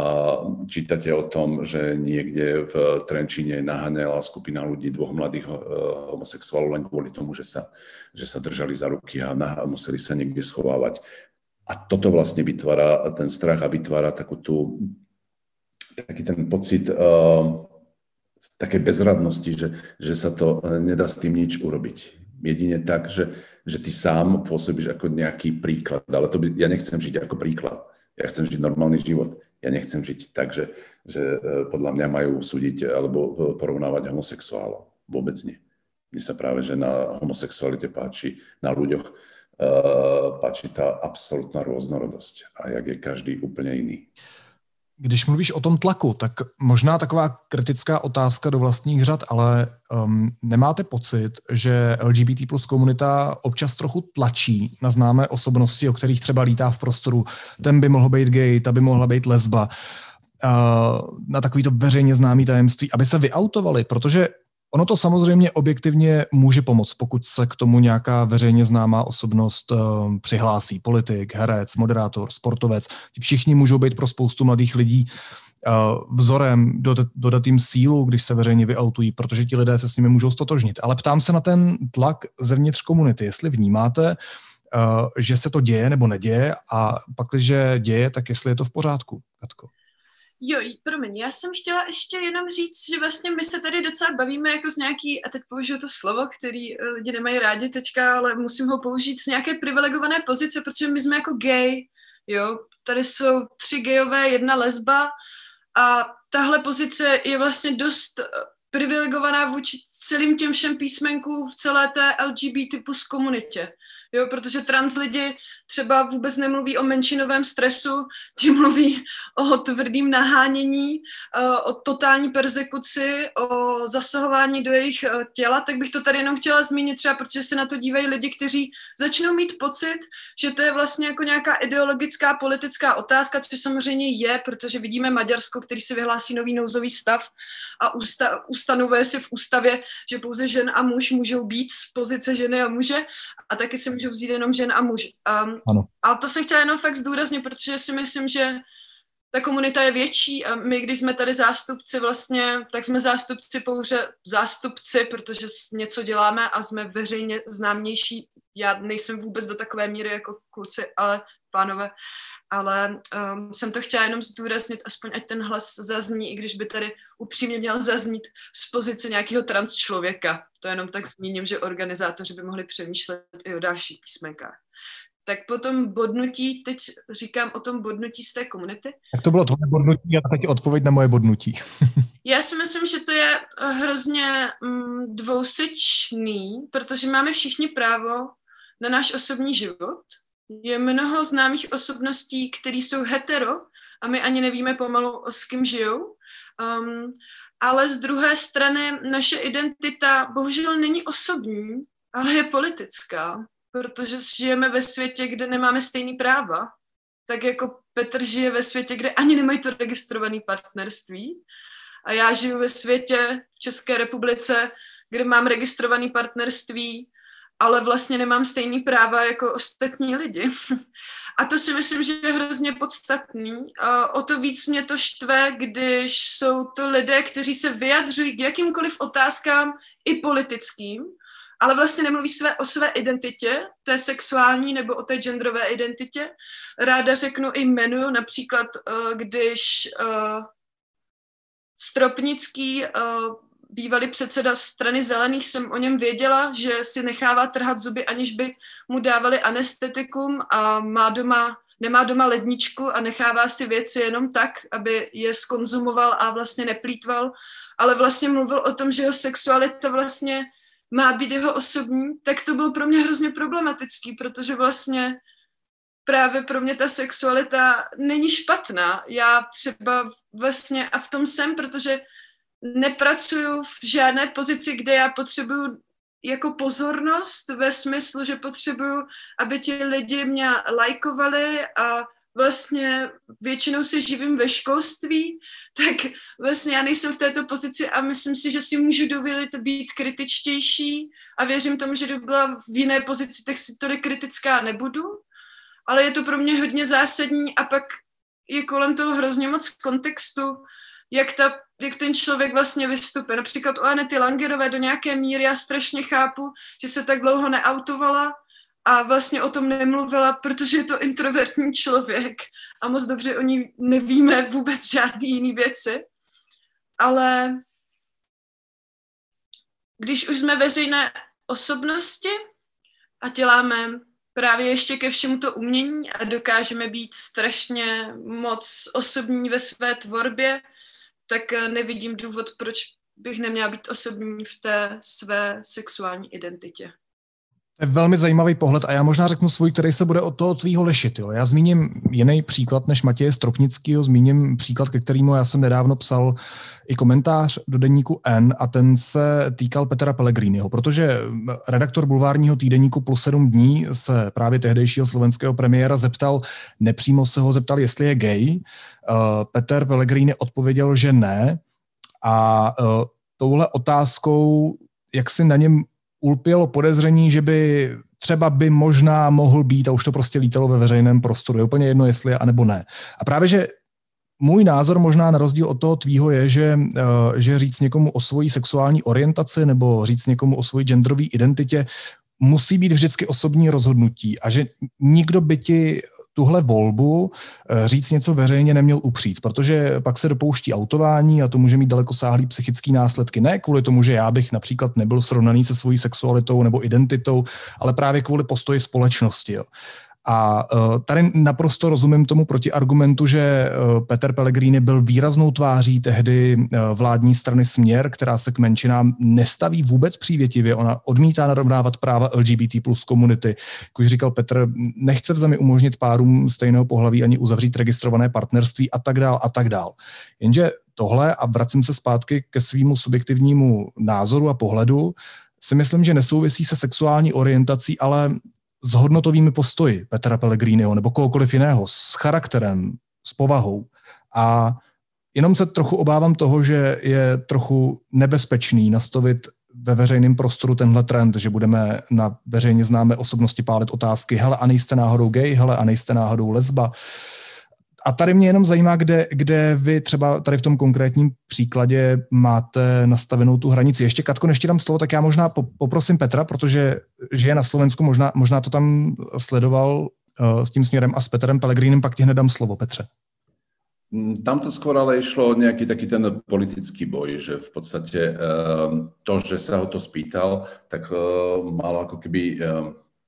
čítate o tom, že niekde v Trenčíne naháňala skupina ľudí, dvoch mladých homosexuálov len kvôli tomu, že sa, že sa držali za ruky a museli sa niekde schovávať. A toto vlastne vytvára ten strach a vytvára takú tú, taký ten pocit uh, takej bezradnosti, že, že sa to nedá s tým nič urobiť. Jedine tak, že, že ty sám pôsobíš ako nejaký príklad, ale to by, ja nechcem žiť ako príklad. Ja chcem žiť normálny život. Ja nechcem žiť tak, že, že podľa mňa majú súdiť alebo porovnávať homosexuálov. Vôbec nie. Mne sa práve, že na homosexualite páči, na ľuďoch uh, páči tá absolútna rôznorodosť. A jak je každý úplne iný. Když mluvíš o tom tlaku, tak možná taková kritická otázka do vlastních řad, ale um, nemáte pocit, že L G B T plus komunita občas trochu tlačí na známé osobnosti, o kterých třeba lítá v prostoru, ten by mohl být gay, ta by mohla být lesba, uh, na takovýto veřejně známý tajemství, aby se vyautovali, protože ono to samozřejmě objektivně může pomoct, pokud se k tomu nějaká veřejně známá osobnost uh, přihlásí. Politik, herec, moderátor, sportovec. Ti všichni můžou být pro spoustu mladých lidí uh, vzorem, dodat, dodat jim sílu, když se veřejně vyautují, protože ti lidé se s nimi můžou stotožnit. Ale ptám se na ten tlak zevnitř komunity, jestli vnímáte, uh, že se to děje nebo neděje a pak, když děje, tak jestli je to v pořádku, Katko. Jo, promiň, já jsem chtěla ještě jenom říct, že vlastně my se tady docela bavíme jako z nějaký, a teď použiju to slovo, který lidi nemají rádi teďka, ale musím ho použít, z nějaké privilegované pozice, protože my jsme jako gay, jo, tady jsou tři gayové, jedna lesba a tahle pozice je vlastně dost privilegovaná vůči celým těm všem písmenkům v celé té L G B T plus komunitě. Jo, protože trans lidi třeba vůbec nemluví o menšinovém stresu, ti mluví o tvrdým nahánění, o totální perzekuci, o zasahování do jejich těla, tak bych to tady jenom chtěla zmínit třeba, protože se na to dívají lidi, kteří začnou mít pocit, že to je vlastně jako nějaká ideologická politická otázka, což samozřejmě je, protože vidíme Maďarsko, který si vyhlásí nový nouzový stav a usta- ustanovuje si v ústavě, že pouze žen a muž můžou být z pozice ženy a muže a taky si můžou vzít jenom žen a muž. Um, ano. A to jsem chtěla jenom fakt zdůraznit, protože si myslím, že ta komunita je větší a my, když jsme tady zástupci vlastně, tak jsme zástupci pouze zástupci, protože něco děláme a jsme veřejně známější. Já nejsem vůbec do takové míry jako kluci, ale pánové, ale um, jsem to chtěla jenom zdůraznit, aspoň ať ten hlas zazní, i když by tady upřímně měl zaznít z pozice nějakého trans člověka. To jenom tak zmíním, že organizátoři by mohli přemýšlet i o dalších písmenkách. Tak potom bodnutí, teď říkám o tom bodnutí z té komunity. Jak to bylo tvoje bodnutí a teď odpověď na moje bodnutí. Já si myslím, že to je hrozně mm, dvousečný, protože máme všichni právo na náš osobní život. Je mnoho známých osobností, které jsou hetero a my ani nevíme pomalu, s kým žijou. Um, ale z druhé strany naše identita bohužel není osobní, ale je politická, protože žijeme ve světě, kde nemáme stejný práva. Tak jako Petr žije ve světě, kde ani nemají to registrované partnerství. A já žiju ve světě v České republice, kde mám registrované partnerství, ale vlastně nemám stejný práva jako ostatní lidi. A to si myslím, že je hrozně podstatný. A o to víc mě to štve, když jsou to lidé, kteří se vyjadřují k jakýmkoliv otázkám i politickým, ale vlastně nemluví své, o své identitě, té sexuální nebo o té genderové identitě. Ráda řeknu i jmenuju, například když Stropnický, bývalý předseda strany Zelených, jsem o něm věděla, že si nechává trhat zuby, aniž by mu dávali anestetikum a má doma, nemá doma ledničku a nechává si věci jenom tak, aby je skonzumoval a vlastně neplýtval, ale vlastně mluvil o tom, že jeho sexualita vlastně má být jeho osobní, tak to bylo pro mě hrozně problematický, protože vlastně právě pro mě ta sexualita není špatná. Já třeba vlastně a v tom jsem, protože nepracuju v žádné pozici, kde já potřebuju jako pozornost ve smyslu, že potřebuju, aby ti lidi mě lajkovali a vlastně většinou se živím ve školství, tak vlastně já nejsem v této pozici a myslím si, že si můžu dovolit být kritičtější a věřím tomu, že kdyby byla v jiné pozici, tak si tolik kritická nebudu. ale je to pro mě hodně zásadní a pak je kolem toho hrozně moc kontextu, jak, ta, jak ten člověk vlastně vystupuje. Například u Anety Langerové do nějaké míry já strašně chápu, že se tak dlouho neautovala a vlastně o tom nemluvila, protože je to introvertní člověk a moc dobře o ní nevíme vůbec žádný jiný věci. Ale když už jsme veřejné osobnosti a děláme právě ještě ke všemu to umění a dokážeme být strašně moc osobní ve své tvorbě, tak nevidím důvod, proč bych neměla být osobní v té své sexuální identitě. To je velmi zajímavý pohled a já možná řeknu svůj, který se bude od toho tvýho lišit. Jo. Já zmíním jiný příklad než Matěje Stropnickýho, zmíním příklad, ke kterému já jsem nedávno psal i komentář do deníku N a ten se týkal Petra Pellegriniho, protože redaktor bulvárního týdeníku Plus sedm dní se právě tehdejšího slovenského premiéra zeptal, nepřímo se ho zeptal, jestli je gay. Peter Pellegrini odpověděl, že ne a touhle otázkou, jak si na něm ulpělo podezření, že by třeba by možná mohl být a už to prostě lítalo ve veřejném prostoru. Je úplně jedno, jestli je, anebo ne. A právě, že můj názor možná na rozdíl od toho tvýho je, že, že říct někomu o svojí sexuální orientaci nebo říct někomu o svojí genderové identitě musí být vždycky osobní rozhodnutí a že nikdo by ti tuhle volbu říct něco veřejně neměl upřít, protože pak se dopouští autování a to může mít dalekosáhlý psychický následky. Ne kvůli tomu, že já bych například nebyl srovnaný se svojí sexualitou nebo identitou, ale právě kvůli postoji společnosti. Jo. A tady naprosto rozumím tomu protiargumentu, že Peter Pellegrini byl výraznou tváří tehdy vládní strany Směr, která se k menšinám nestaví vůbec přívětivě. Ona odmítá narovnávat práva L G B T plus komunity. Jak už říkal Petr, nechce v zemi umožnit párům stejného pohlaví ani uzavřít registrované partnerství a tak dál a tak dál. Jenže tohle, a vracím se zpátky ke svému subjektivnímu názoru a pohledu, si myslím, že nesouvisí se sexuální orientací, ale s hodnotovými postoji Petra Pellegriniho nebo kohokoliv jiného, s charakterem, s povahou. A jenom se trochu obávám toho, že je trochu nebezpečný nastavit ve veřejném prostoru tenhle trend, že budeme na veřejně známé osobnosti pálit otázky, hele, a nejste náhodou gay, hele, a nejste náhodou lesba. A tady mě jenom zajímá, kde, kde vy třeba tady v tom konkrétním příkladě máte nastavenou tu hranici. Ještě, Katko, než ti dám slovo, tak já možná poprosím Petra, protože žije na Slovensku, možná, možná to tam sledoval uh, s tím směrem a s Petrem Pellegrinem, pak ti hned dám slovo, Petře. Tam to skôr ale išlo nejaký taký ten politický boj, že v podstate uh, to, že sa ho to spýtal, tak uh, malo ako keby... Uh,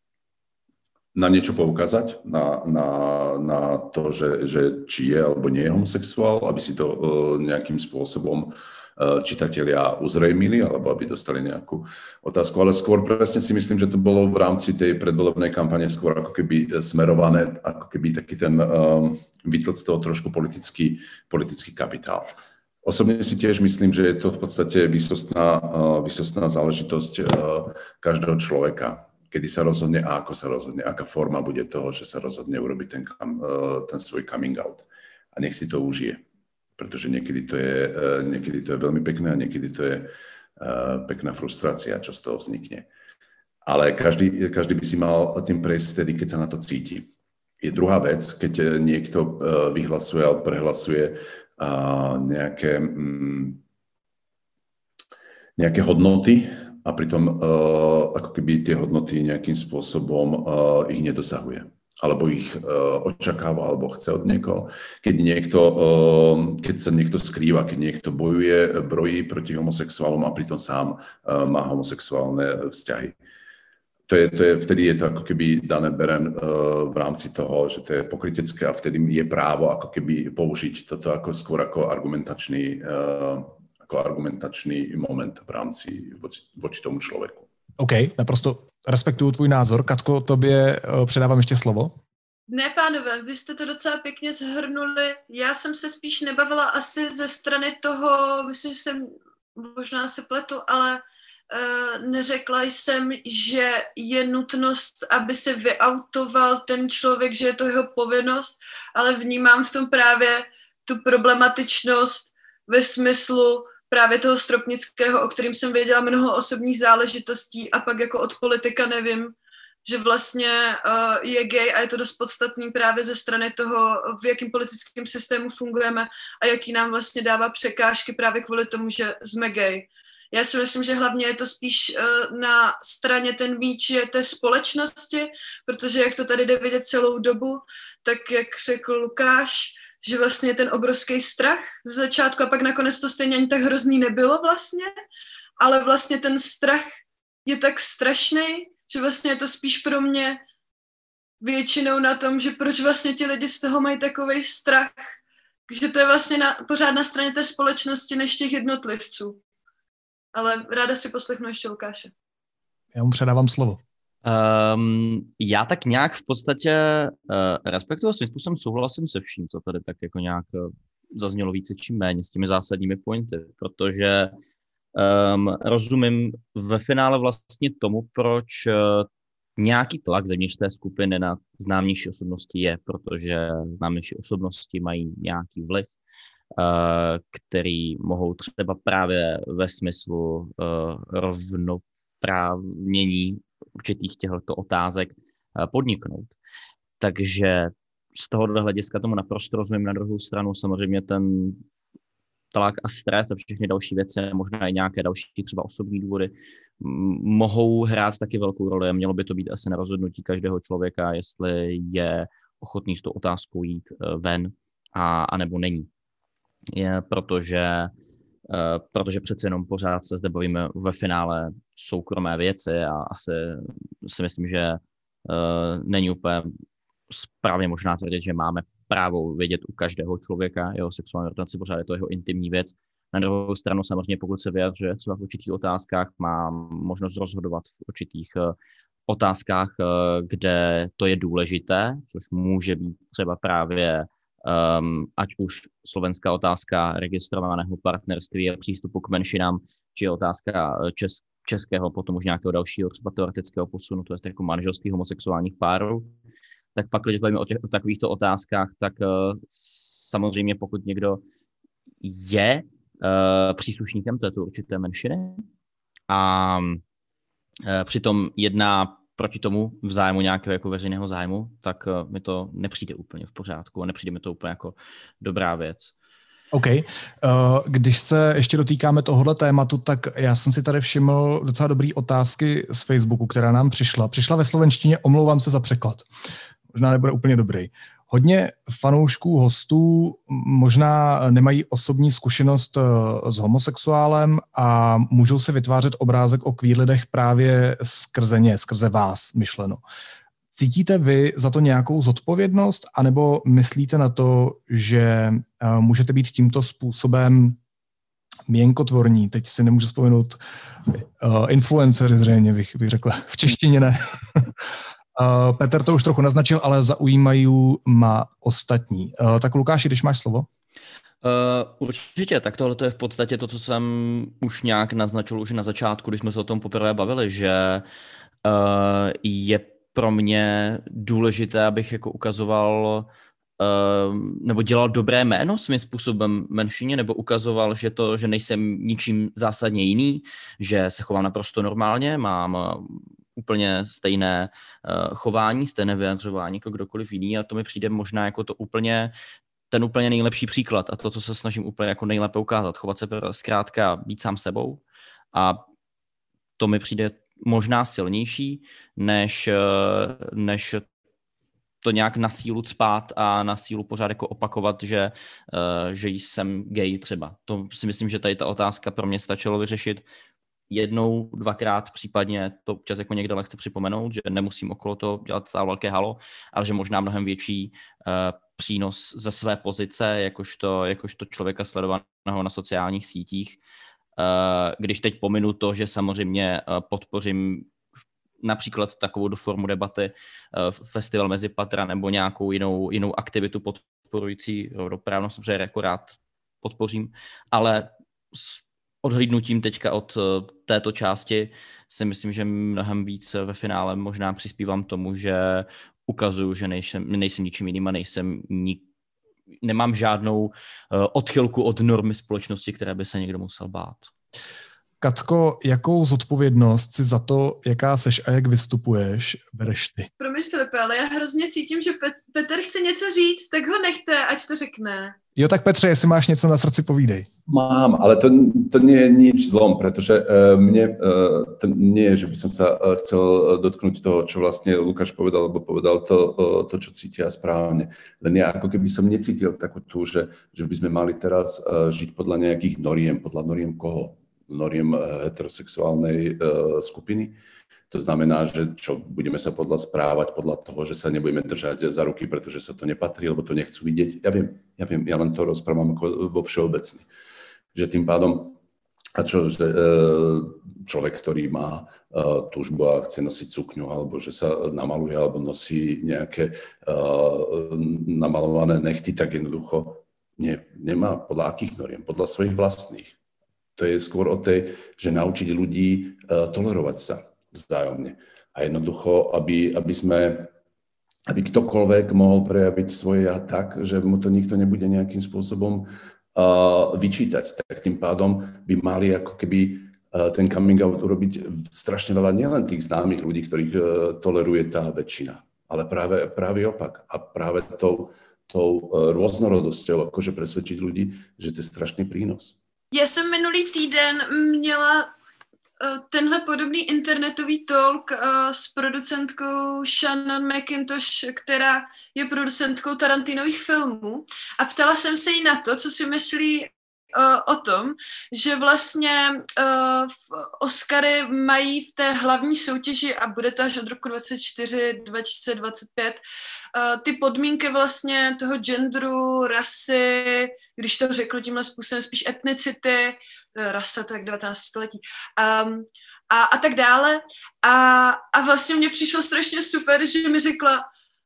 na niečo poukázať, na, na, na to, že, že či je alebo nie je homosexuál, aby si to uh, nejakým spôsobom uh, čitatelia uzrejmili, alebo aby dostali nejakú otázku. Ale skôr presne si myslím, že to bolo v rámci tej predvolebnej kampane skôr ako keby smerované, ako keby taký ten uh, vytlc toho trošku politický, politický kapitál. Osobne si tiež myslím, že je to v podstate výsostná, uh, výsostná záležitosť uh, každého človeka, kedy sa rozhodne a ako sa rozhodne, aká forma bude toho, že sa rozhodne urobiť ten, ten svoj coming out. A nech si to užije. Pretože niekedy to je, niekedy to je veľmi pekné a niekedy to je pekná frustrácia, čo z toho vznikne. Ale každý, každý by si mal tým prejsť vtedy, keď sa na to cíti. Je druhá vec, keď niekto vyhlasuje alebo prehlasuje nejaké, nejaké hodnoty, a pritom uh, ako keby tie hodnoty nejakým spôsobom uh, ich nedosahuje. Alebo ich uh, očakáva, alebo chce od niekoho. Keď niekto, uh, keď sa niekto skrýva, keď niekto bojuje, brojí proti homosexuálom a pritom sám uh, má homosexuálne vzťahy. To je, to je, vtedy je to ako keby dané beren uh, v rámci toho, že to je pokrytecké a vtedy je právo ako keby použiť toto ako skôr ako argumentačný uh, ako argumentačný moment v rámci voči, voči tomu člověku. OK, naprosto respektuju tvůj názor. Katko, tobě předávám ještě slovo. Ne, pánové, vy jste to docela pěkně shrnuli. Já jsem se spíš nebavila asi ze strany toho, myslím, že jsem možná se pletu, ale uh, neřekla jsem, že je nutnost, aby se vyautoval ten člověk, že je to jeho povinnost, ale vnímám v tom právě tu problematičnost ve smyslu právě toho Stropnického, o kterým jsem věděla mnoho osobních záležitostí a pak jako od politika nevím, že vlastně uh, je gay a je to dost podstatný právě ze strany toho, v jakém politickém systému fungujeme a jaký nám vlastně dává překážky právě kvůli tomu, že jsme gay. Já si myslím, že hlavně je to spíš uh, na straně ten míč je té společnosti, protože jak to tady jde vidět celou dobu, tak jak řekl Lukáš, že vlastně ten obrovský strach ze začátku a pak nakonec to stejně ani tak hrozný nebylo vlastně, ale vlastně ten strach je tak strašný, že vlastně je to spíš pro mě většinou na tom, že proč vlastně ti lidi z toho mají takovej strach, že to je vlastně na, pořád na straně té společnosti než těch jednotlivců. Ale ráda si poslechnu ještě Lukáše. Já mu předávám slovo. Um, já tak nějak v podstatě uh, respektuju, svým způsobem souhlasím se vším, co tady tak jako nějak uh, zaznělo více či méně s těmi zásadními pointy, protože um, rozumím ve finále vlastně tomu, proč uh, nějaký tlak zevnitř té skupiny na známější osobnosti je, protože známější osobnosti mají nějaký vliv, uh, který mohou třeba právě ve smyslu uh, rovnoprávnění určitých těchto otázek podniknout. Takže z tohohle hlediska tomu naprosto rozumím. Na druhou stranu samozřejmě ten tlak a stres a všechny další věci, možná i nějaké další třeba osobní důvody, mohou hrát taky velkou roli. Mělo by to být asi na rozhodnutí každého člověka, jestli je ochotný s tou otázkou jít ven a, a nebo není. Je, protože Uh, protože přece jenom pořád se zde bavíme ve finále soukromé věci a asi si myslím, že uh, není úplně správně možná tvrdit, že máme právo vědět u každého člověka jeho sexuální orientaci, pořád je to jeho intimní věc. Na druhou stranu samozřejmě, pokud se vyjadřuje třeba v určitých otázkách, má možnost rozhodovat v určitých uh, otázkách, uh, kde to je důležité, což může být třeba právě Um, ať už slovenská otázka registrovaného partnerství a přístupu k menšinám, či otázka čes, českého, potom už nějakého dalšího třeba teoretického posunu, to je jako manželství homosexuálních párů, tak pak, když bavíme o, těch, o takovýchto otázkách, tak uh, samozřejmě pokud někdo je uh, příslušníkem této určité menšiny a uh, přitom jedná proti tomu v zájmu nějakého jako veřejného zájmu, tak uh, mi to nepřijde úplně v pořádku a nepřijde mi to úplně jako dobrá věc. OK. Uh, když se ještě dotýkáme tohohle tématu, tak já jsem si tady všiml docela dobrý otázky z Facebooku, která nám přišla. Přišla ve slovenštině, omlouvám se za překlad. Možná nebude úplně dobrý. Hodně fanoušků, hostů možná nemají osobní zkušenost s homosexuálem a můžou si vytvářet obrázek o queer lidech právě skrze ně, skrze vás myšleno. Cítíte vy za to nějakou zodpovědnost, anebo myslíte na to, že můžete být tímto způsobem měnkotvorní? Teď si nemůžu vzpomenout uh, influencery zřejmě, bych, bych řekla. V češtině ne. Uh, Petr to už trochu naznačil, ale zaujímají má ostatní. Uh, tak Lukáši, když máš slovo. Uh, určitě, tak tohle je v podstatě to, co jsem už nějak naznačil už na začátku, když jsme se o tom poprvé bavili, že uh, je pro mě důležité, abych jako ukazoval uh, nebo dělal dobré jméno svým způsobem menšině, nebo ukazoval, že to, že nejsem ničím zásadně jiný, že se chovám naprosto normálně, mám úplně stejné uh, chování, stejné vyjadřování jako kdokoliv jiný a to mi přijde možná jako to úplně, ten úplně nejlepší příklad a to, co se snažím úplně jako nejlépe ukázat, chovat se zkrátka, být sám sebou a to mi přijde možná silnější, než, uh, než to nějak na sílu cpát a na sílu pořád jako opakovat, že, uh, že jsem gay třeba. To si myslím, že tady ta otázka pro mě stačilo vyřešit jednou, dvakrát, případně to občas jako někde lehce připomenout, že nemusím okolo toho dělat stále velké halo, ale že možná mnohem větší uh, přínos ze své pozice, jakožto, jakožto člověka sledovaného na sociálních sítích. Uh, když teď pominu to, že samozřejmě uh, podpořím například takovou formu debaty, uh, festival Mezipatra nebo nějakou jinou, jinou aktivitu podporující rovnoprávnost, protože jako rád podpořím, ale s odhlídnutím teďka od této části si myslím, že mnohem víc ve finále možná přispívám tomu, že ukazuju, že nejsem, nejsem ničím jiným a nejsem nik, nemám žádnou odchylku od normy společnosti, které by se někdo musel bát. Katko, jakou zodpovědnost si za to, jaká seš a jak vystupuješ, bereš ty? Promiň, Filipe, ale já hrozně cítím, že Pet- Petr chce něco říct, tak ho nechte, ať to řekne. Jo, tak Petře, jestli máš něco na srdci, povídej. Mám, ale to, to nie je nič zlom, pretože uh, mne uh, to nie je, že by som sa uh, chcel dotknúť toho, čo vlastne Lukáš povedal, lebo povedal to, uh, to čo cítia správne. Len ja ako keby som necítil takú tú, že, že by sme mali teraz uh, žiť podľa nejakých noriem. Podľa noriem koho? Noriem uh, heterosexuálnej uh, skupiny. To znamená, že čo, budeme sa podľa správať podľa toho, že sa nebudeme držať za ruky, pretože sa to nepatrí, lebo to nechcú vidieť. Ja viem, ja viem, ja len to rozprávam ako vo všeobecne. Že tým pádom, a čo, že človek, ktorý má túžbu a chce nosiť sukňu, alebo že sa namaluje, alebo nosí nejaké namalované nechty, tak jednoducho nie, nemá podľa akých noriem, podľa svojich vlastných. To je skôr o tej, že naučiť ľudí tolerovať sa vzájomne. A jednoducho, aby, aby sme, aby ktokoľvek mohol prejaviť svoje ja tak, že mu to nikto nebude nejakým spôsobom uh, vyčítať. Tak tým pádom by mali ako keby uh, ten coming out urobiť strašne veľa nielen tých známych ľudí, ktorých uh, toleruje tá väčšina, ale práve, práve opak. A práve tou, tou uh, rôznorodosťou akože presvedčiť ľudí, že to je strašný prínos. Já jsem minulý týden měla tenhle podobný internetový talk uh, s producentkou Shannon McIntosh, která je producentkou Tarantinových filmů, a ptala jsem se jí na to, co si myslí uh, o tom, že vlastně uh, Oscary mají v té hlavní soutěži, a bude to až od roku dvacet čtyři dva tisíce dvacet pět, uh, ty podmínky vlastně toho genderu, rasy, když to řeknu tímhle způsobem, spíš etnicity, rasa, to jak devatenáctého století, um, a, a tak dále. A, a vlastně mně přišlo strašně super, že mi řekla,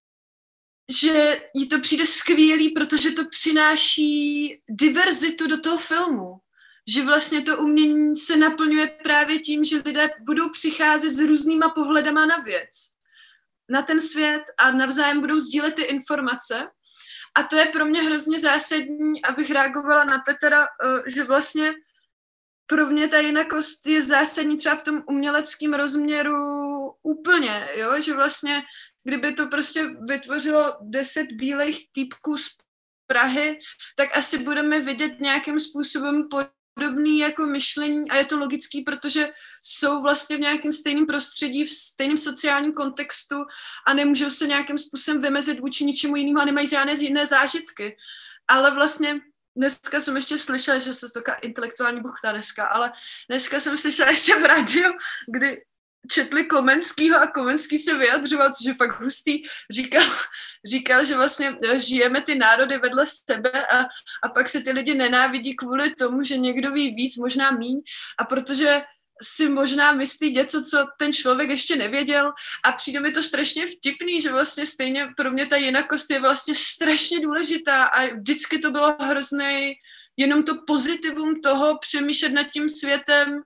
že jí to přijde skvělý, protože to přináší diverzitu do toho filmu. Že vlastně to umění se naplňuje právě tím, že lidé budou přicházet s různýma pohledama na věc, na ten svět, a navzájem budou sdílet ty informace. A to je pro mě hrozně zásadní, abych reagovala na Petra, že vlastně pro mě ta jinakost je zásadní třeba v tom uměleckém rozměru úplně, jo? Že vlastně, kdyby to prostě vytvořilo deset bílejch týpků z Prahy, tak asi budeme vidět nějakým způsobem podobný jako myšlení, a je to logický, protože jsou vlastně v nějakém stejném prostředí, v stejném sociálním kontextu a nemůžou se nějakým způsobem vymezit vůči ničemu jinému a nemají žádné jiné zážitky. Ale vlastně dneska jsem ještě slyšela, že se taková intelektuální buchta dneska, ale dneska jsem slyšela ještě v rádiu, kdy četli Komenskýho a Komenský se vyjadřoval, což je fakt hustý, říkal, říkal, že vlastně žijeme ty národy vedle sebe a, a pak se ty lidi nenávidí kvůli tomu, že někdo ví víc, možná míň, a protože si možná myslí něco, co ten člověk ještě nevěděl, a přijde mi to strašně vtipný, že vlastně stejně pro mě ta jinakost je vlastně strašně důležitá a vždycky to bylo hrozný, jenom to pozitivum toho přemýšlet nad tím světem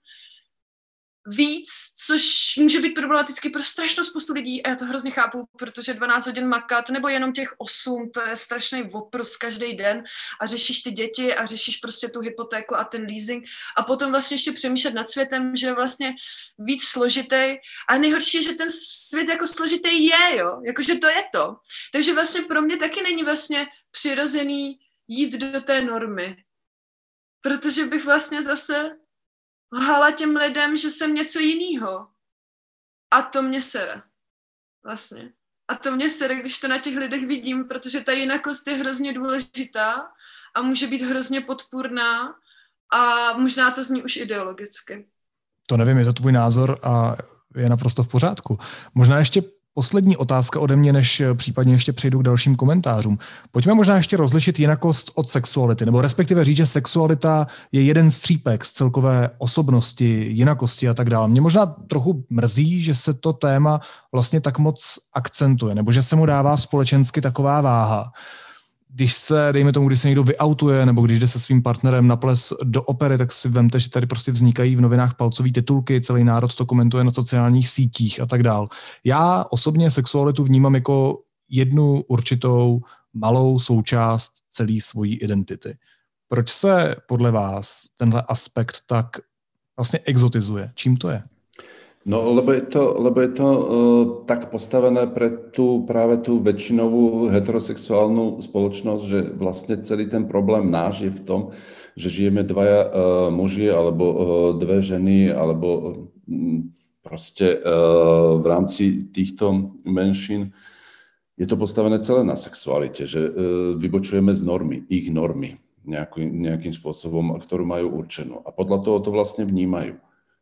víc, což může být problematický pro strašnou spoustu lidí, a já to hrozně chápu, protože dvanáct hodin makat, nebo jenom těch osm, to je strašný oprus každý den, a řešíš ty děti a řešíš prostě tu hypotéku a ten leasing, a potom vlastně ještě přemýšlet nad světem, že je vlastně víc složitý, a nejhorší je, že ten svět jako složitý je, jo, jakože to je to. Takže vlastně pro mě taky není vlastně přirozený jít do té normy, protože bych vlastně zase lhala těm lidem, že jsem něco jinýho. A to mě sere. Vlastně. A to mě sere, když to na těch lidech vidím, protože ta jinakost je hrozně důležitá a může být hrozně podpůrná a možná to zní už ideologicky. To nevím, je to tvůj názor a je naprosto v pořádku. Možná ještě poslední otázka ode mě, než případně ještě přejdu k dalším komentářům. Pojďme možná ještě rozlišit jinakost od sexuality, nebo respektive říct, že sexualita je jeden střípek z celkové osobnosti, jinakosti a tak dále. Mě možná trochu mrzí, že se to téma vlastně tak moc akcentuje, nebo že se mu dává společensky taková váha. Když se, dejme tomu, když se někdo vyautuje, nebo když jde se svým partnerem na ples do opery, tak si vemte, že tady prostě vznikají v novinách palcové titulky, celý národ to komentuje na sociálních sítích a tak dál. Já osobně sexualitu vnímám jako jednu určitou malou součást celé svojí identity. Proč se podle vás tenhle aspekt tak vlastně exotizuje. Čím to je? No, lebo je to, lebo je to uh, tak postavené pre tú, práve tú väčšinovú heterosexuálnu spoločnosť, že vlastne celý ten problém náš je v tom, že žijeme dvaja uh, muži alebo uh, dve ženy, alebo uh, proste uh, v rámci týchto menšín je to postavené celé na sexualite, že uh, vybočujeme z normy, ich normy nejakým, nejakým spôsobom, ktorú majú určenú. A podľa toho to vlastne vnímajú.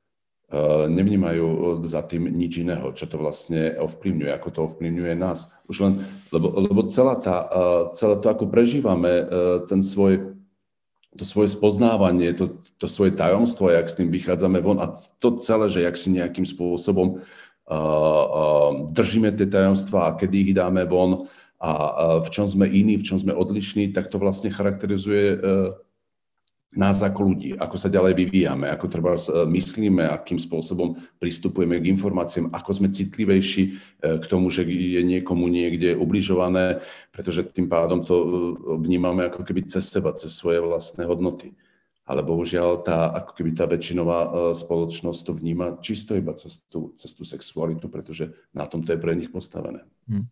Nevnímajú za tým nič iného, čo to vlastne ovplyvňuje, ako to ovplyvňuje nás. Už len, lebo, lebo celá tá, celé to, ako prežívame ten svoj, to svoje spoznávanie, to, to svoje tajomstvo, jak s tým vychádzame von a to celé, že jak si nejakým spôsobom uh, uh, držíme tie tajomstvá a kedy ich dáme von a uh, v čom sme iní, v čom sme odlišní, tak to vlastne charakterizuje uh, nás ako ľudí, ako sa ďalej vyvíjame, ako treba myslíme, akým spôsobom pristupujeme k informáciám, ako sme citlivejší k tomu, že je niekomu niekde ubližované, pretože tým pádom to vnímame ako keby cez seba, cez svoje vlastné hodnoty. Ale bohužiaľ tá, ako keby tá väčšinová spoločnosť to vníma čisto iba cez tú, cez tú sexualitu, pretože na tom to je pre nich postavené. Hmm.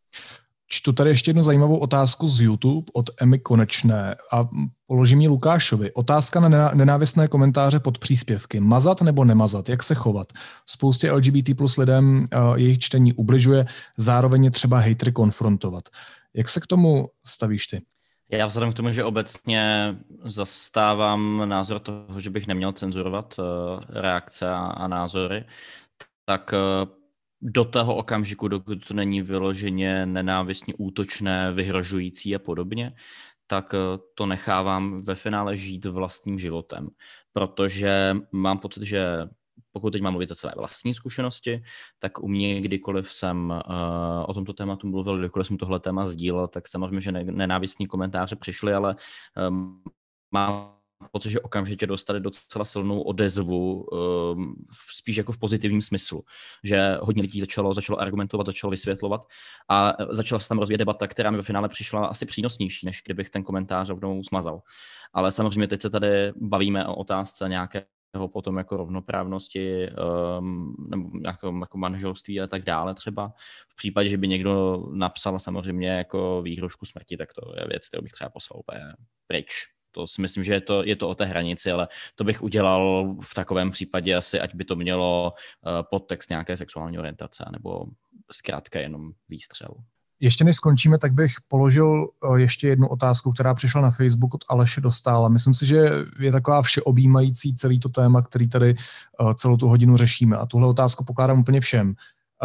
Čtu tady ještě jednu zajímavou otázku z YouTube od Emy Konečné a položím ji Lukášovi. Otázka na nenávistné komentáře pod příspěvky. Mazat nebo nemazat? Jak se chovat? Spoustě L G B T plus lidem uh, jejich čtení ubližuje, zároveň je třeba hejtry konfrontovat. Jak se k tomu stavíš ty? Já vzhledem k tomu, že obecně zastávám názor toho, že bych neměl cenzurovat uh, reakce a, a názory, tak uh, do toho okamžiku, dokud to není vyloženě nenávistně útočné, vyhrožující a podobně, tak to nechávám ve finále žít vlastním životem. Protože mám pocit, že pokud teď mám mluvit za své vlastní zkušenosti, tak u mě kdykoliv jsem uh, o tomto tématu mluvil, kdykoliv jsem tohle téma sdílel, tak samozřejmě, že nenávistní komentáře přišly, ale um, mám pocit, že okamžitě dostali docela silnou odezvu, spíš jako v pozitivním smyslu, že hodně lidí začalo, začalo argumentovat, začalo vysvětlovat a začala se tam rozvíjet debata, která mi ve finále přišla asi přínosnější, než kdybych ten komentář rovnou smazal. Ale samozřejmě teď se tady bavíme o otázce nějakého potom jako rovnoprávnosti nebo jako, jako manželství a tak dále třeba. V případě, že by někdo napsal samozřejmě jako výhrušku smrti, tak to je věc, kterou bych třeba poslal úplně pryč. To si myslím, že je to, je to o té hranici, ale to bych udělal v takovém případě asi, ať by to mělo uh, podtext nějaké sexuální orientace, nebo zkrátka jenom výstřel. Ještě než skončíme, tak bych položil ještě jednu otázku, která přišla na Facebook od Aleše Dostála. Myslím si, že je taková všeobjímající celý to téma, který tady celou tu hodinu řešíme. A tuhle otázku pokládám úplně všem.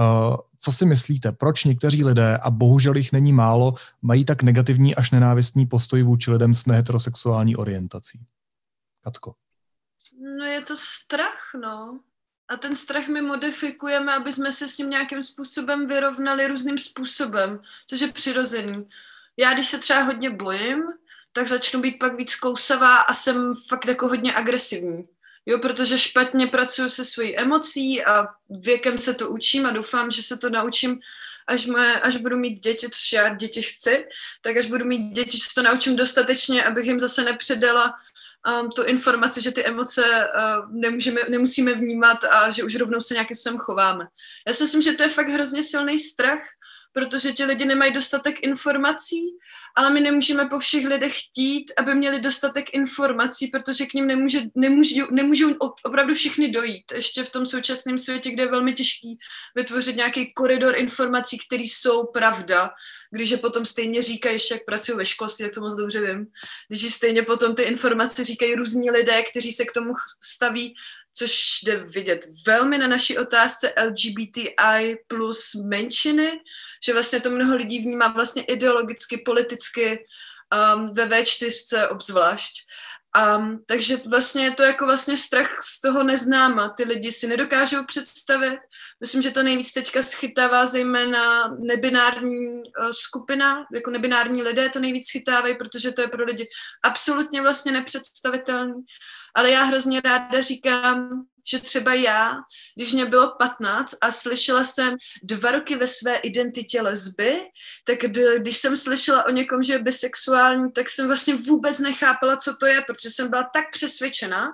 Co si myslíte, proč někteří lidé, a bohužel jich není málo, mají tak negativní až nenávistný postoj vůči lidem s neheterosexuální orientací? Katko. No je to strach, no. A ten strach my modifikujeme, aby jsme se s ním nějakým způsobem vyrovnali různým způsobem, což je přirozený. Já, když se třeba hodně bojím, tak začnu být pak víc kousavá a jsem fakt jako hodně agresivní. Jo, protože špatně pracuji se svojí emocí a věkem se to učím a doufám, že se to naučím, až, mé, až budu mít děti, což já děti chci, tak až budu mít děti, že se to naučím dostatečně, abych jim zase nepředala um, tu informaci, že ty emoce uh, nemůžeme, nemusíme vnímat a že už rovnou se nějakým způsobem chováme. Já si myslím, že to je fakt hrozně silný strach, protože ti lidi nemají dostatek informací, ale my nemůžeme po všech lidech chtít, aby měli dostatek informací, protože k nim nemůže, nemůžou, nemůžou opravdu všichni dojít. Ještě v tom současném světě, kde je velmi těžký vytvořit nějaký koridor informací, které jsou pravda, když je potom stejně říkají, ještě jak pracují ve školství, jak to moc dobře vím, když stejně potom ty informace říkají různí lidé, kteří se k tomu staví, což jde vidět velmi na naší otázce L G B T I plus menšiny, že vlastně to mnoho lidí vnímá vlastně ideologicky, politicky, um, ve V čtyři obzvlášť. Um, takže vlastně je to jako vlastně strach z toho neznáma. Ty lidi si nedokážou představit. Myslím, že to nejvíc teďka schytává zejména nebinární uh, skupina, jako nebinární lidé to nejvíc schytávají, protože to je pro lidi absolutně vlastně nepředstavitelný. Ale já hrozně ráda říkám, že třeba já, když mě bylo patnáct a slyšela jsem dva roky ve své identitě lesby, tak když jsem slyšela o někom, že je bisexuální, tak jsem vlastně vůbec nechápala, co to je, protože jsem byla tak přesvědčena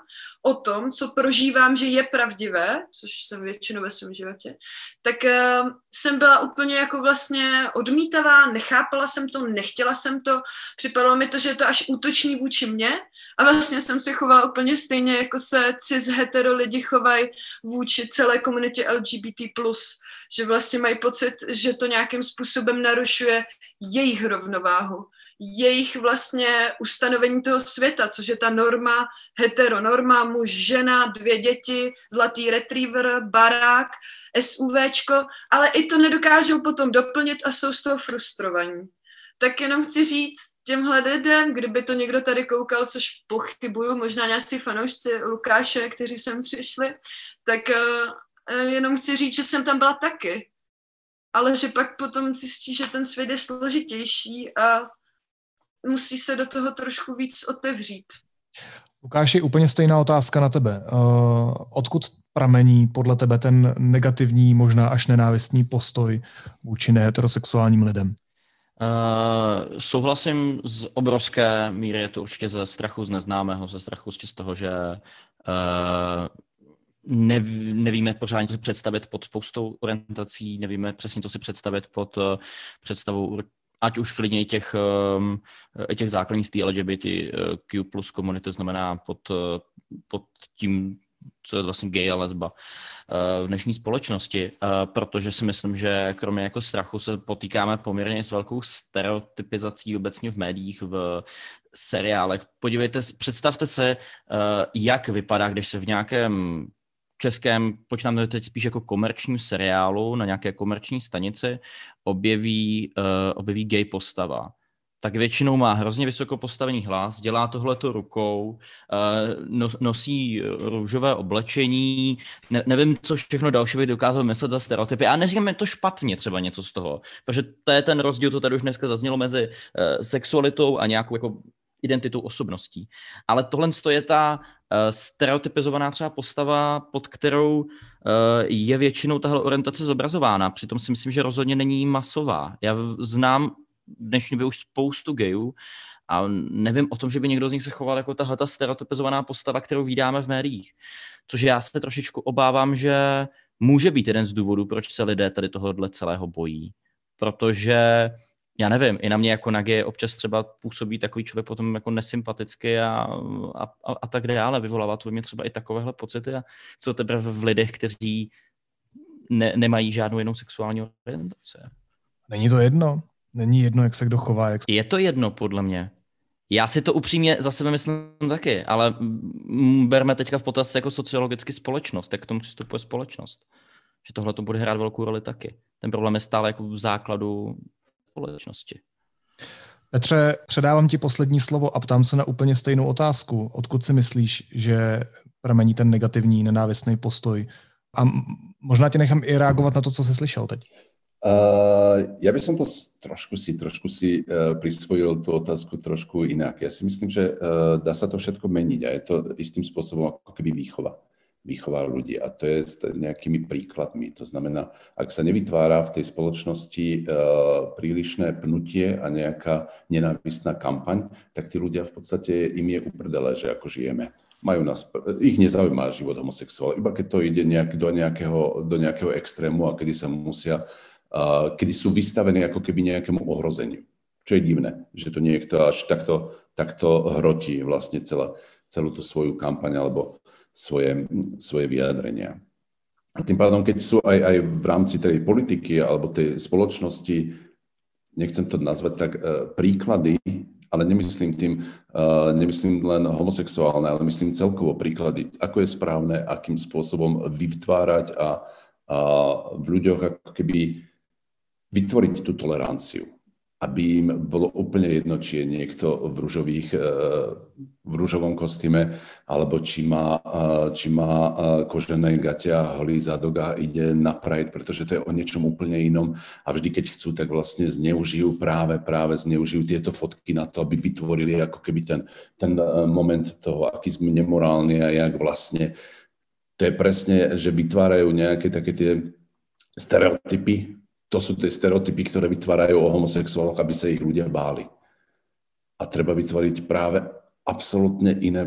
o tom, co prožívám, že je pravdivé, což jsem většinou ve svém životě, tak uh, jsem byla úplně jako vlastně odmítavá, nechápala jsem to, nechtěla jsem to, připadalo mi to, že je to až útočný vůči mně a vlastně jsem se chovala úplně stejně, jako se cis hetero lidi chovají vůči celé komunitě L G B T plus, že vlastně mají pocit, že to nějakým způsobem narušuje jejich rovnováhu, jejich vlastně ustanovení toho světa, což je ta norma, heteronorma, muž, žena, dvě děti, zlatý retriever, barák, SUVčko, ale i to nedokážou potom doplnit a jsou z toho frustrovaní. Tak jenom chci říct těmhle lidem, kdyby to někdo tady koukal, což pochybuju, možná nějací fanoušci Lukáše, kteří sem přišli, tak uh, jenom chci říct, že jsem tam byla taky. Ale že pak potom zjistí, že ten svět je složitější a musí se do toho trošku víc otevřít. Lukáši, úplně stejná otázka na tebe. Uh, odkud pramení podle tebe ten negativní, možná až nenávistný postoj vůči neheterosexuálním lidem? Uh, souhlasím z obrovské míry, je to určitě ze strachu z neznámého, ze strachu z toho, že uh, nev, nevíme pořádně, co si představit pod spoustou orientací, nevíme přesně, co si představit pod uh, představou, ať už klidně i těch, um, těch základních z té L G B T Q plus komunity, znamená pod, uh, pod tím, co je vlastně gay a lesba v dnešní společnosti, protože si myslím, že kromě jako strachu se potýkáme poměrně s velkou stereotypizací obecně v médiích, v seriálech. Podívejte, představte se, jak vypadá, když se v nějakém českém, počítám to teď spíš jako komerčním seriálu, na nějaké komerční stanici objeví, objeví gay postava. Tak většinou má hrozně vysoko postavený hlas, dělá tohleto rukou, nosí růžové oblečení, ne, nevím, co všechno další by dokázal myslet za stereotypy. A neříkám to špatně třeba něco z toho, protože to je ten rozdíl, co tady už dneska zaznělo mezi sexualitou a nějakou jako identitou osobností. Ale tohle je ta stereotypizovaná třeba postava, pod kterou je většinou tahle orientace zobrazována. Přitom si myslím, že rozhodně není masová. Já znám v dnešní době už spoustu gayů a nevím o tom, že by někdo z nich se choval jako tahleta stereotypizovaná postava, kterou vídáme v médiích. Což já se trošičku obávám, že může být jeden z důvodů, proč se lidé tady tohohle celého bojí. Protože, já nevím, i na mě jako na gay občas třeba působí takový člověk potom jako nesympaticky a, a, a, a tak dále. Vyvolává to ve mě třeba i takovéhle pocity a jsou teprve v lidech, kteří ne, nemají žádnou jinou sexuální orientaci. Není to jedno? Není jedno, jak se kdo chová. Jak... Je to jedno, podle mě. Já si to upřímně za sebe myslím taky, ale berme teďka v potaz jako sociologicky společnost, jak k tomu přistupuje společnost. Že tohle to bude hrát velkou roli taky. Ten problém je stále jako v základu společnosti. Petře, předávám ti poslední slovo a ptám se na úplně stejnou otázku. Odkud si myslíš, že pramení ten negativní, nenávistný postoj? A možná tě nechám i reagovat na to, co jsi slyšel teď. Uh, ja by som to trošku si, trošku si uh, prisvojil tú otázku trošku inak. Ja si myslím, že uh, dá sa to všetko meniť a je to istým spôsobom ako keby výchova. Výchova ľudí a to je s nejakými príkladmi. To znamená, ak sa nevytvára v tej spoločnosti uh, prílišné pnutie a nejaká nenávistná kampaň, tak tí ľudia v podstate im je uprdele, že ako žijeme. Majú nás, ich nezaujíma život homosexuálov, iba keď to ide nejak, do, nejakého, do nejakého extrému a kedy sa musia Uh, kedy sú vystavení ako keby nejakému ohrozeniu. Čo je divné, že to niekto až takto, takto hrotí vlastne celá, celú tú svoju kampaň alebo svoje, svoje vyjadrenia. A tým pádom, keď sú aj, aj v rámci tej politiky alebo tej spoločnosti, nechcem to nazvať tak, uh, príklady, ale nemyslím tým, uh, nemyslím len homosexuálne, ale myslím celkovo príklady, ako je správne, akým spôsobom vytvárať a, a v ľuďoch ako keby vytvoriť tú toleranciu, aby im bolo úplne jedno, či je niekto v, ružových, v ružovom kostýme, alebo či má, či má kožené gate a holý zadok a ide na Pride, pretože to je o niečom úplne inom a vždy, keď chcú, tak vlastne zneužijú práve, práve zneužijú tieto fotky na to, aby vytvorili ako keby ten, ten moment toho, aký sme nemorálni a jak vlastne to je presne, že vytvárajú nejaké také tie stereotypy. To sú tie stereotypy, ktoré vytvárajú o homosexuáloch, aby sa ich ľudia báli. A treba vytvoriť práve absolútne iné,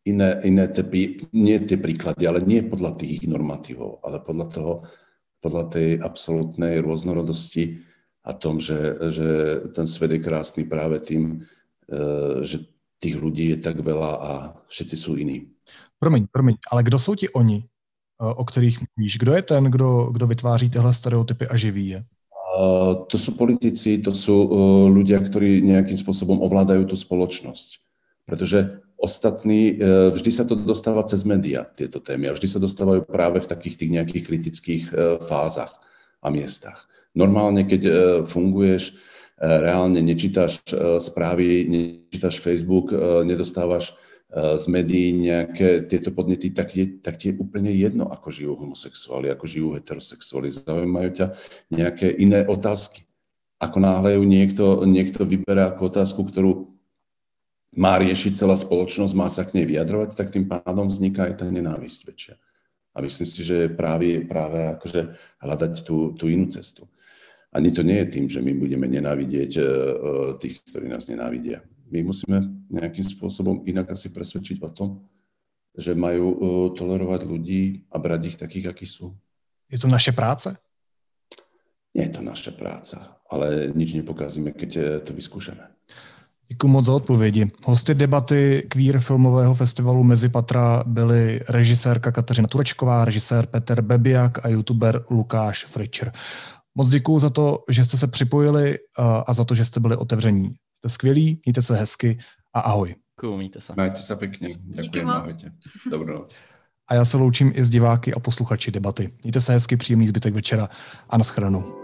iné, iné typy, nie tie príklady, ale nie podľa tých normatívov, ale podľa toho, podľa tej absolútnej rôznorodosti a tom, že, že ten svet je krásny práve tým, že tých ľudí je tak veľa a všetci sú iní. Promiň, promiň, ale kdo jsou ti oni, o kterých mluvíš? Kdo je ten, kdo, kdo vytváří tyhle stereotypy a živí je? To sú politici, to sú ľudia, ktorí nejakým spôsobom ovládajú tú spoločnosť. Pretože ostatní, vždy sa to dostáva cez média, tieto témy, a vždy sa dostávajú práve v takých tých nejakých kritických fázach a miestach. Normálne, keď funguješ, reálne nečítaš správy, nečítaš Facebook, nedostávaš z médií nejaké tieto podnety, tak, je, tak ti je úplne jedno, ako žijú homosexuáli, ako žijú heterosexuáli. Zaujímajú ťa nejaké iné otázky. Ako náhle ju niekto, niekto vyberá ako otázku, ktorú má riešiť celá spoločnosť, má sa k nej vyjadrovať, tak tým pádom vzniká aj tá nenávisť väčšia. A myslím si, že je práve, práve akože hľadať tú, tú inú cestu. Ani to nie je tým, že my budeme nenávidieť uh, tých, ktorí nás nenávidia. My musíme nejakým spôsobom inak asi presvedčiť o tom, že majú uh, tolerovať ľudí a brať ich takých, akí sú. Je to naše práce? Nie je to naša práca, ale nič nepokázíme, keď to vyskúšame. Děkuji moc za odpovědi. Hosty debaty queer filmového festivalu Mezipatra byli režisérka Kateřina Turečková, režisér Petr Bebiak a youtuber Lukáš Fričer. Moc děkuji za to, že jste se připojili a za to, že jste byli otevření. Jste skvělí, mějte se hezky a ahoj. Děkuji, mějte se. Majte se pěkně. Děkuji, ahojte. Dobrou noc. A já se loučím i s diváky a posluchači debaty. Mějte se hezky, příjemný zbytek večera a nashledanou.